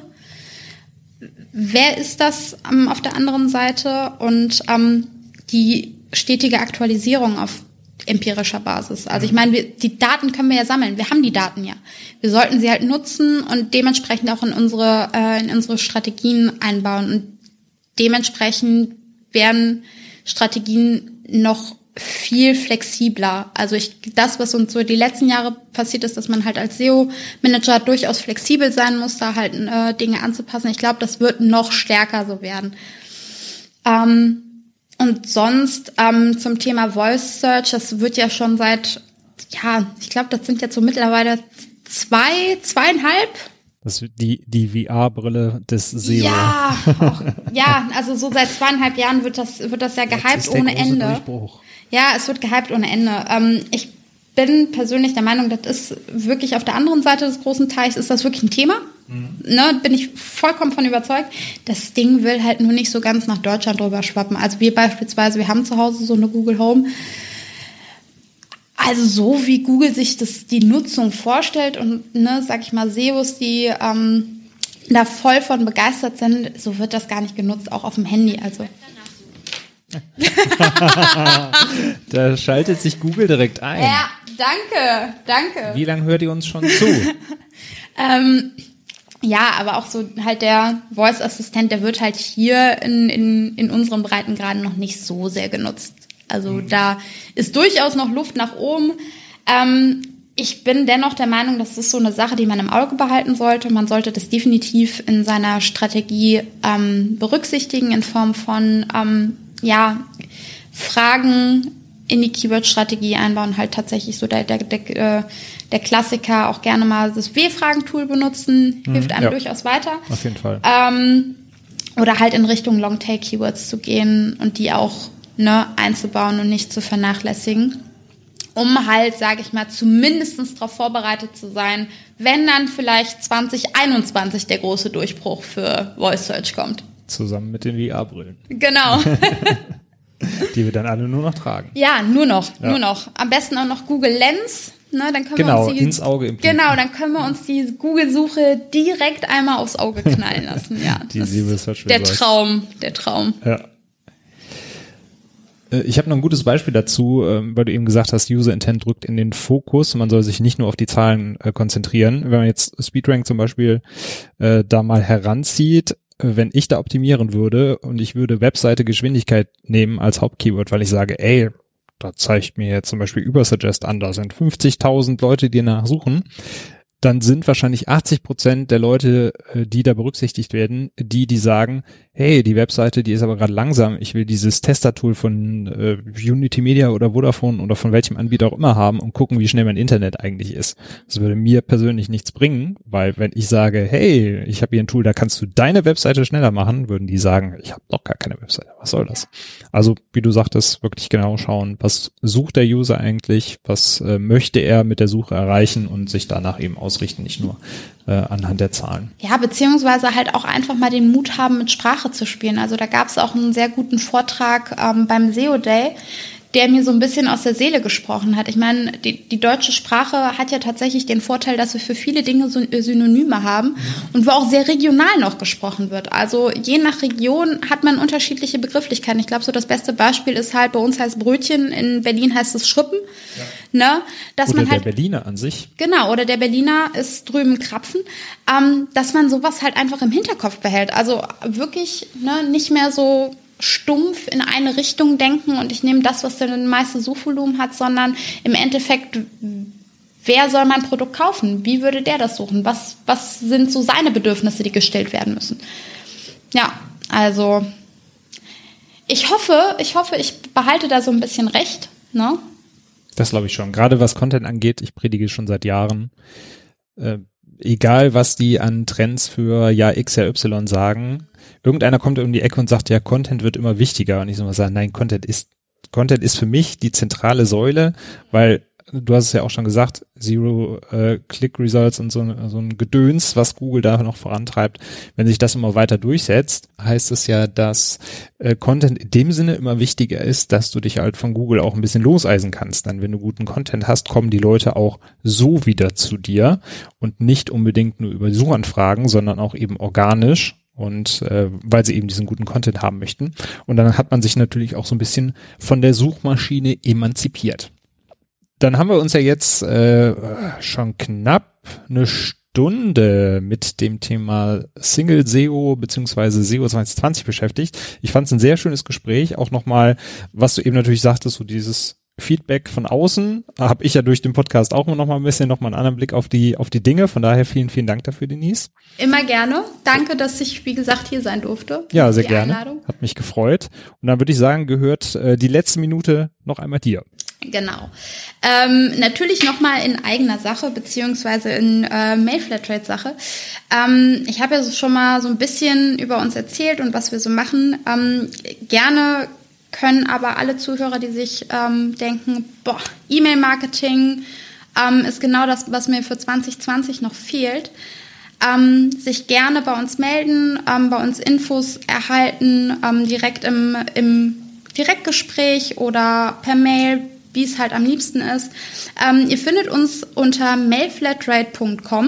Wer ist das ähm, auf der anderen Seite? Und ähm, die stetige Aktualisierung auf empirischer Basis. Also ich meine, wir, die Daten können wir ja sammeln. Wir haben die Daten ja. Wir sollten sie halt nutzen und dementsprechend auch in unsere äh, in unsere Strategien einbauen. Und dementsprechend werden Strategien noch viel flexibler. Also ich das, was uns so die letzten Jahre passiert ist, dass man halt als S E O-Manager durchaus flexibel sein muss, da halt äh, Dinge anzupassen. Ich glaube, das wird noch stärker so werden. Ähm, Und sonst ähm, zum Thema Voice Search, das wird ja schon seit, ja, ich glaube, das sind jetzt so mittlerweile zwei, zweieinhalb. Das ist die, die V R-Brille des S E O. Ja, auch, ja, also so seit zweieinhalb Jahren wird das, wird das ja gehypt ohne Ende. Durchbruch. Ja, es wird gehypt ohne Ende. Ähm, ich bin persönlich der Meinung, das ist wirklich auf der anderen Seite des großen Teichs, ist das wirklich ein Thema. Mhm. Ne, bin ich vollkommen von überzeugt. Das Ding will halt nur nicht so ganz nach Deutschland drüber schwappen. Also wir beispielsweise, wir haben zu Hause so eine Google Home. Also so wie Google sich das die Nutzung vorstellt und ne, sag ich mal, S E Os, die ähm, da voll von begeistert sind, so wird das gar nicht genutzt, auch auf dem Handy. Also da schaltet sich Google direkt ein. Ja, danke, danke. Wie lange hört ihr uns schon zu? ähm, ja, aber auch so halt der Voice-Assistent, der wird halt hier in, in, in unseren Breitengraden noch nicht so sehr genutzt. Also mhm. da ist durchaus noch Luft nach oben. Ähm, ich bin dennoch der Meinung, das ist so eine Sache, die man im Auge behalten sollte. Man sollte das definitiv in seiner Strategie ähm, berücksichtigen in Form von ähm, ja, Fragen in die Keyword-Strategie einbauen, halt tatsächlich so der, der, der, der Klassiker, auch gerne mal das W-Fragen-Tool benutzen, hilft einem ja. durchaus weiter. Auf jeden Fall. Ähm, oder halt in Richtung Long-Tail-Keywords zu gehen und die auch ne, einzubauen und nicht zu vernachlässigen, um halt, sage ich mal, zumindest darauf vorbereitet zu sein, wenn dann vielleicht zwanzig einundzwanzig der große Durchbruch für Voice Search kommt. Zusammen mit den V R-Brillen. Genau. Die wir dann alle nur noch tragen. Ja, nur noch, ja. nur noch. Am besten auch noch Google Lens. Ne, dann können genau, wir uns die, ins Auge implantieren. Genau, dann können wir uns die Google-Suche direkt einmal aufs Auge knallen lassen. Ja, die Search der Traum, der Traum. Ja. Ich habe noch ein gutes Beispiel dazu, weil du eben gesagt hast, User Intent drückt in den Fokus. Man soll sich nicht nur auf die Zahlen äh, konzentrieren. Wenn man jetzt SpeedRank zum Beispiel äh, da mal heranzieht, wenn ich da optimieren würde und ich würde Webseite Geschwindigkeit nehmen als Hauptkeyword, weil ich sage, ey, da zeigt mir jetzt zum Beispiel Übersuggest an, da sind fünfzigtausend Leute, die danach suchen, dann sind wahrscheinlich achtzig Prozent der Leute, die da berücksichtigt werden, die, die sagen, hey, die Webseite, die ist aber gerade langsam, ich will dieses Tester-Tool von äh, Unity Media oder Vodafone oder von welchem Anbieter auch immer haben und gucken, wie schnell mein Internet eigentlich ist. Das würde mir persönlich nichts bringen, weil wenn ich sage, hey, ich habe hier ein Tool, da kannst du deine Webseite schneller machen, würden die sagen, ich habe doch gar keine Webseite, was soll das? Also, wie du sagtest, wirklich genau schauen, was sucht der User eigentlich, was äh, möchte er mit der Suche erreichen und sich danach eben ausrichten, nicht nur äh, anhand der Zahlen. Ja, beziehungsweise halt auch einfach mal den Mut haben, mit Sprache zu spielen. Also da gab es auch einen sehr guten Vortrag ähm, beim S E O Day, der mir so ein bisschen aus der Seele gesprochen hat. Ich meine, die, die deutsche Sprache hat ja tatsächlich den Vorteil, dass wir für viele Dinge so Synonyme haben und wo auch sehr regional noch gesprochen wird. Also je nach Region hat man unterschiedliche Begrifflichkeiten. Ich glaube, so das beste Beispiel ist halt, bei uns heißt Brötchen, in Berlin heißt es Schrippen. Ja. Ne? Dass oder man halt, der Berliner an sich. Genau, oder der Berliner ist drüben Krapfen. Ähm, dass man sowas halt einfach im Hinterkopf behält. Also wirklich ne, nicht mehr so stumpf in eine Richtung denken und ich nehme das, was das meiste Suchvolumen hat, sondern im Endeffekt, wer soll mein Produkt kaufen? Wie würde der das suchen? Was, was sind so seine Bedürfnisse, die gestellt werden müssen? Ja, also ich hoffe, ich hoffe, ich behalte da so ein bisschen recht, ne? Das glaube ich schon. Gerade was Content angeht, ich predige schon seit Jahren, äh, egal was die an Trends für Jahr X, Jahr Y sagen, irgendeiner kommt um die Ecke und sagt, ja, Content wird immer wichtiger. Und ich soll mal sagen, nein, Content ist, Content ist für mich die zentrale Säule, weil du hast es ja auch schon gesagt, Zero-Click-Results und so, so ein Gedöns, was Google da noch vorantreibt. Wenn sich das immer weiter durchsetzt, heißt es ja, dass äh, Content in dem Sinne immer wichtiger ist, dass du dich halt von Google auch ein bisschen loseisen kannst. Dann, wenn du guten Content hast, kommen die Leute auch so wieder zu dir und nicht unbedingt nur über Suchanfragen, sondern auch eben organisch. Und äh, weil sie eben diesen guten Content haben möchten. Und dann hat man sich natürlich auch so ein bisschen von der Suchmaschine emanzipiert. Dann haben wir uns ja jetzt äh, schon knapp eine Stunde mit dem Thema Single S E O beziehungsweise S E O zwanzig zwanzig beschäftigt. Ich fand es ein sehr schönes Gespräch. Auch nochmal, was du eben natürlich sagtest, so dieses Feedback von außen, habe ich ja durch den Podcast auch noch mal ein bisschen noch mal einen anderen Blick auf die auf die Dinge. Von daher vielen, vielen Dank dafür, Denise. Immer gerne. Danke, dass ich, wie gesagt, hier sein durfte. Ja, sehr gerne. Einladung. Hat mich gefreut. Und dann würde ich sagen, gehört äh, die letzte Minute noch einmal dir. Genau. Ähm, natürlich nochmal in eigener Sache, beziehungsweise in äh, Mail-Flatrate-Sache. Ähm, ich habe ja schon mal so ein bisschen über uns erzählt und was wir so machen. Ähm, gerne können aber alle Zuhörer, die sich ähm, denken, boah, E-Mail-Marketing ähm, ist genau das, was mir für zwanzig zwanzig noch fehlt, ähm, sich gerne bei uns melden, ähm, bei uns Infos erhalten, ähm, direkt im, im Direktgespräch oder per Mail, wie es halt am liebsten ist. Ähm, ihr findet uns unter mailflatrate punkt com.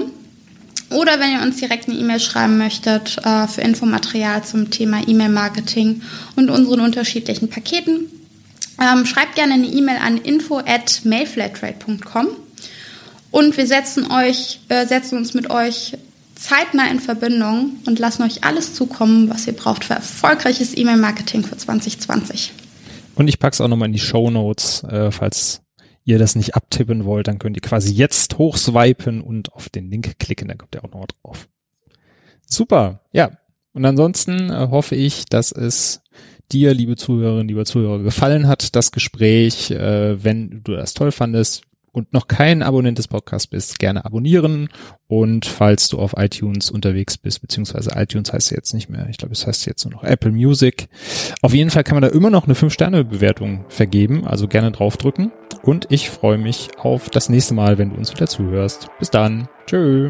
Oder wenn ihr uns direkt eine E-Mail schreiben möchtet äh, für Infomaterial zum Thema E-Mail-Marketing und unseren unterschiedlichen Paketen, ähm, schreibt gerne eine E-Mail an info at mailflatrate punkt com und wir setzen euch, äh, setzen uns mit euch zeitnah in Verbindung und lassen euch alles zukommen, was ihr braucht für erfolgreiches E-Mail-Marketing für zwanzig zwanzig. Und ich pack's auch nochmal in die Shownotes, äh, falls ihr das nicht abtippen wollt, dann könnt ihr quasi jetzt hochswipen und auf den Link klicken, dann kommt ihr auch noch drauf. Super, ja. Und ansonsten äh, hoffe ich, dass es dir, liebe Zuhörerinnen, lieber Zuhörer, gefallen hat, das Gespräch. Äh, wenn du das toll fandest und noch kein Abonnent des Podcasts bist, gerne abonnieren. Und falls du auf iTunes unterwegs bist, beziehungsweise iTunes heißt ja jetzt nicht mehr, ich glaube, es heißt jetzt nur noch Apple Music. Auf jeden Fall kann man da immer noch eine fünf Sterne Bewertung vergeben, also gerne draufdrücken. Und ich freue mich auf das nächste Mal, wenn du uns wieder zuhörst. Bis dann. Tschö.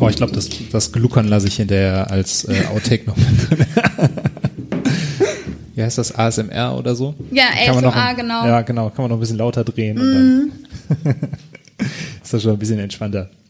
Oh, ich glaube, das, das Gluckern lasse ich hinterher als äh, Outtake noch mit drin. Wie heißt das? A S M R oder so? Ja, A S M R, ein, genau. Ja, genau. Kann man noch ein bisschen lauter drehen. Mm. Und dann ist das schon ein bisschen entspannter.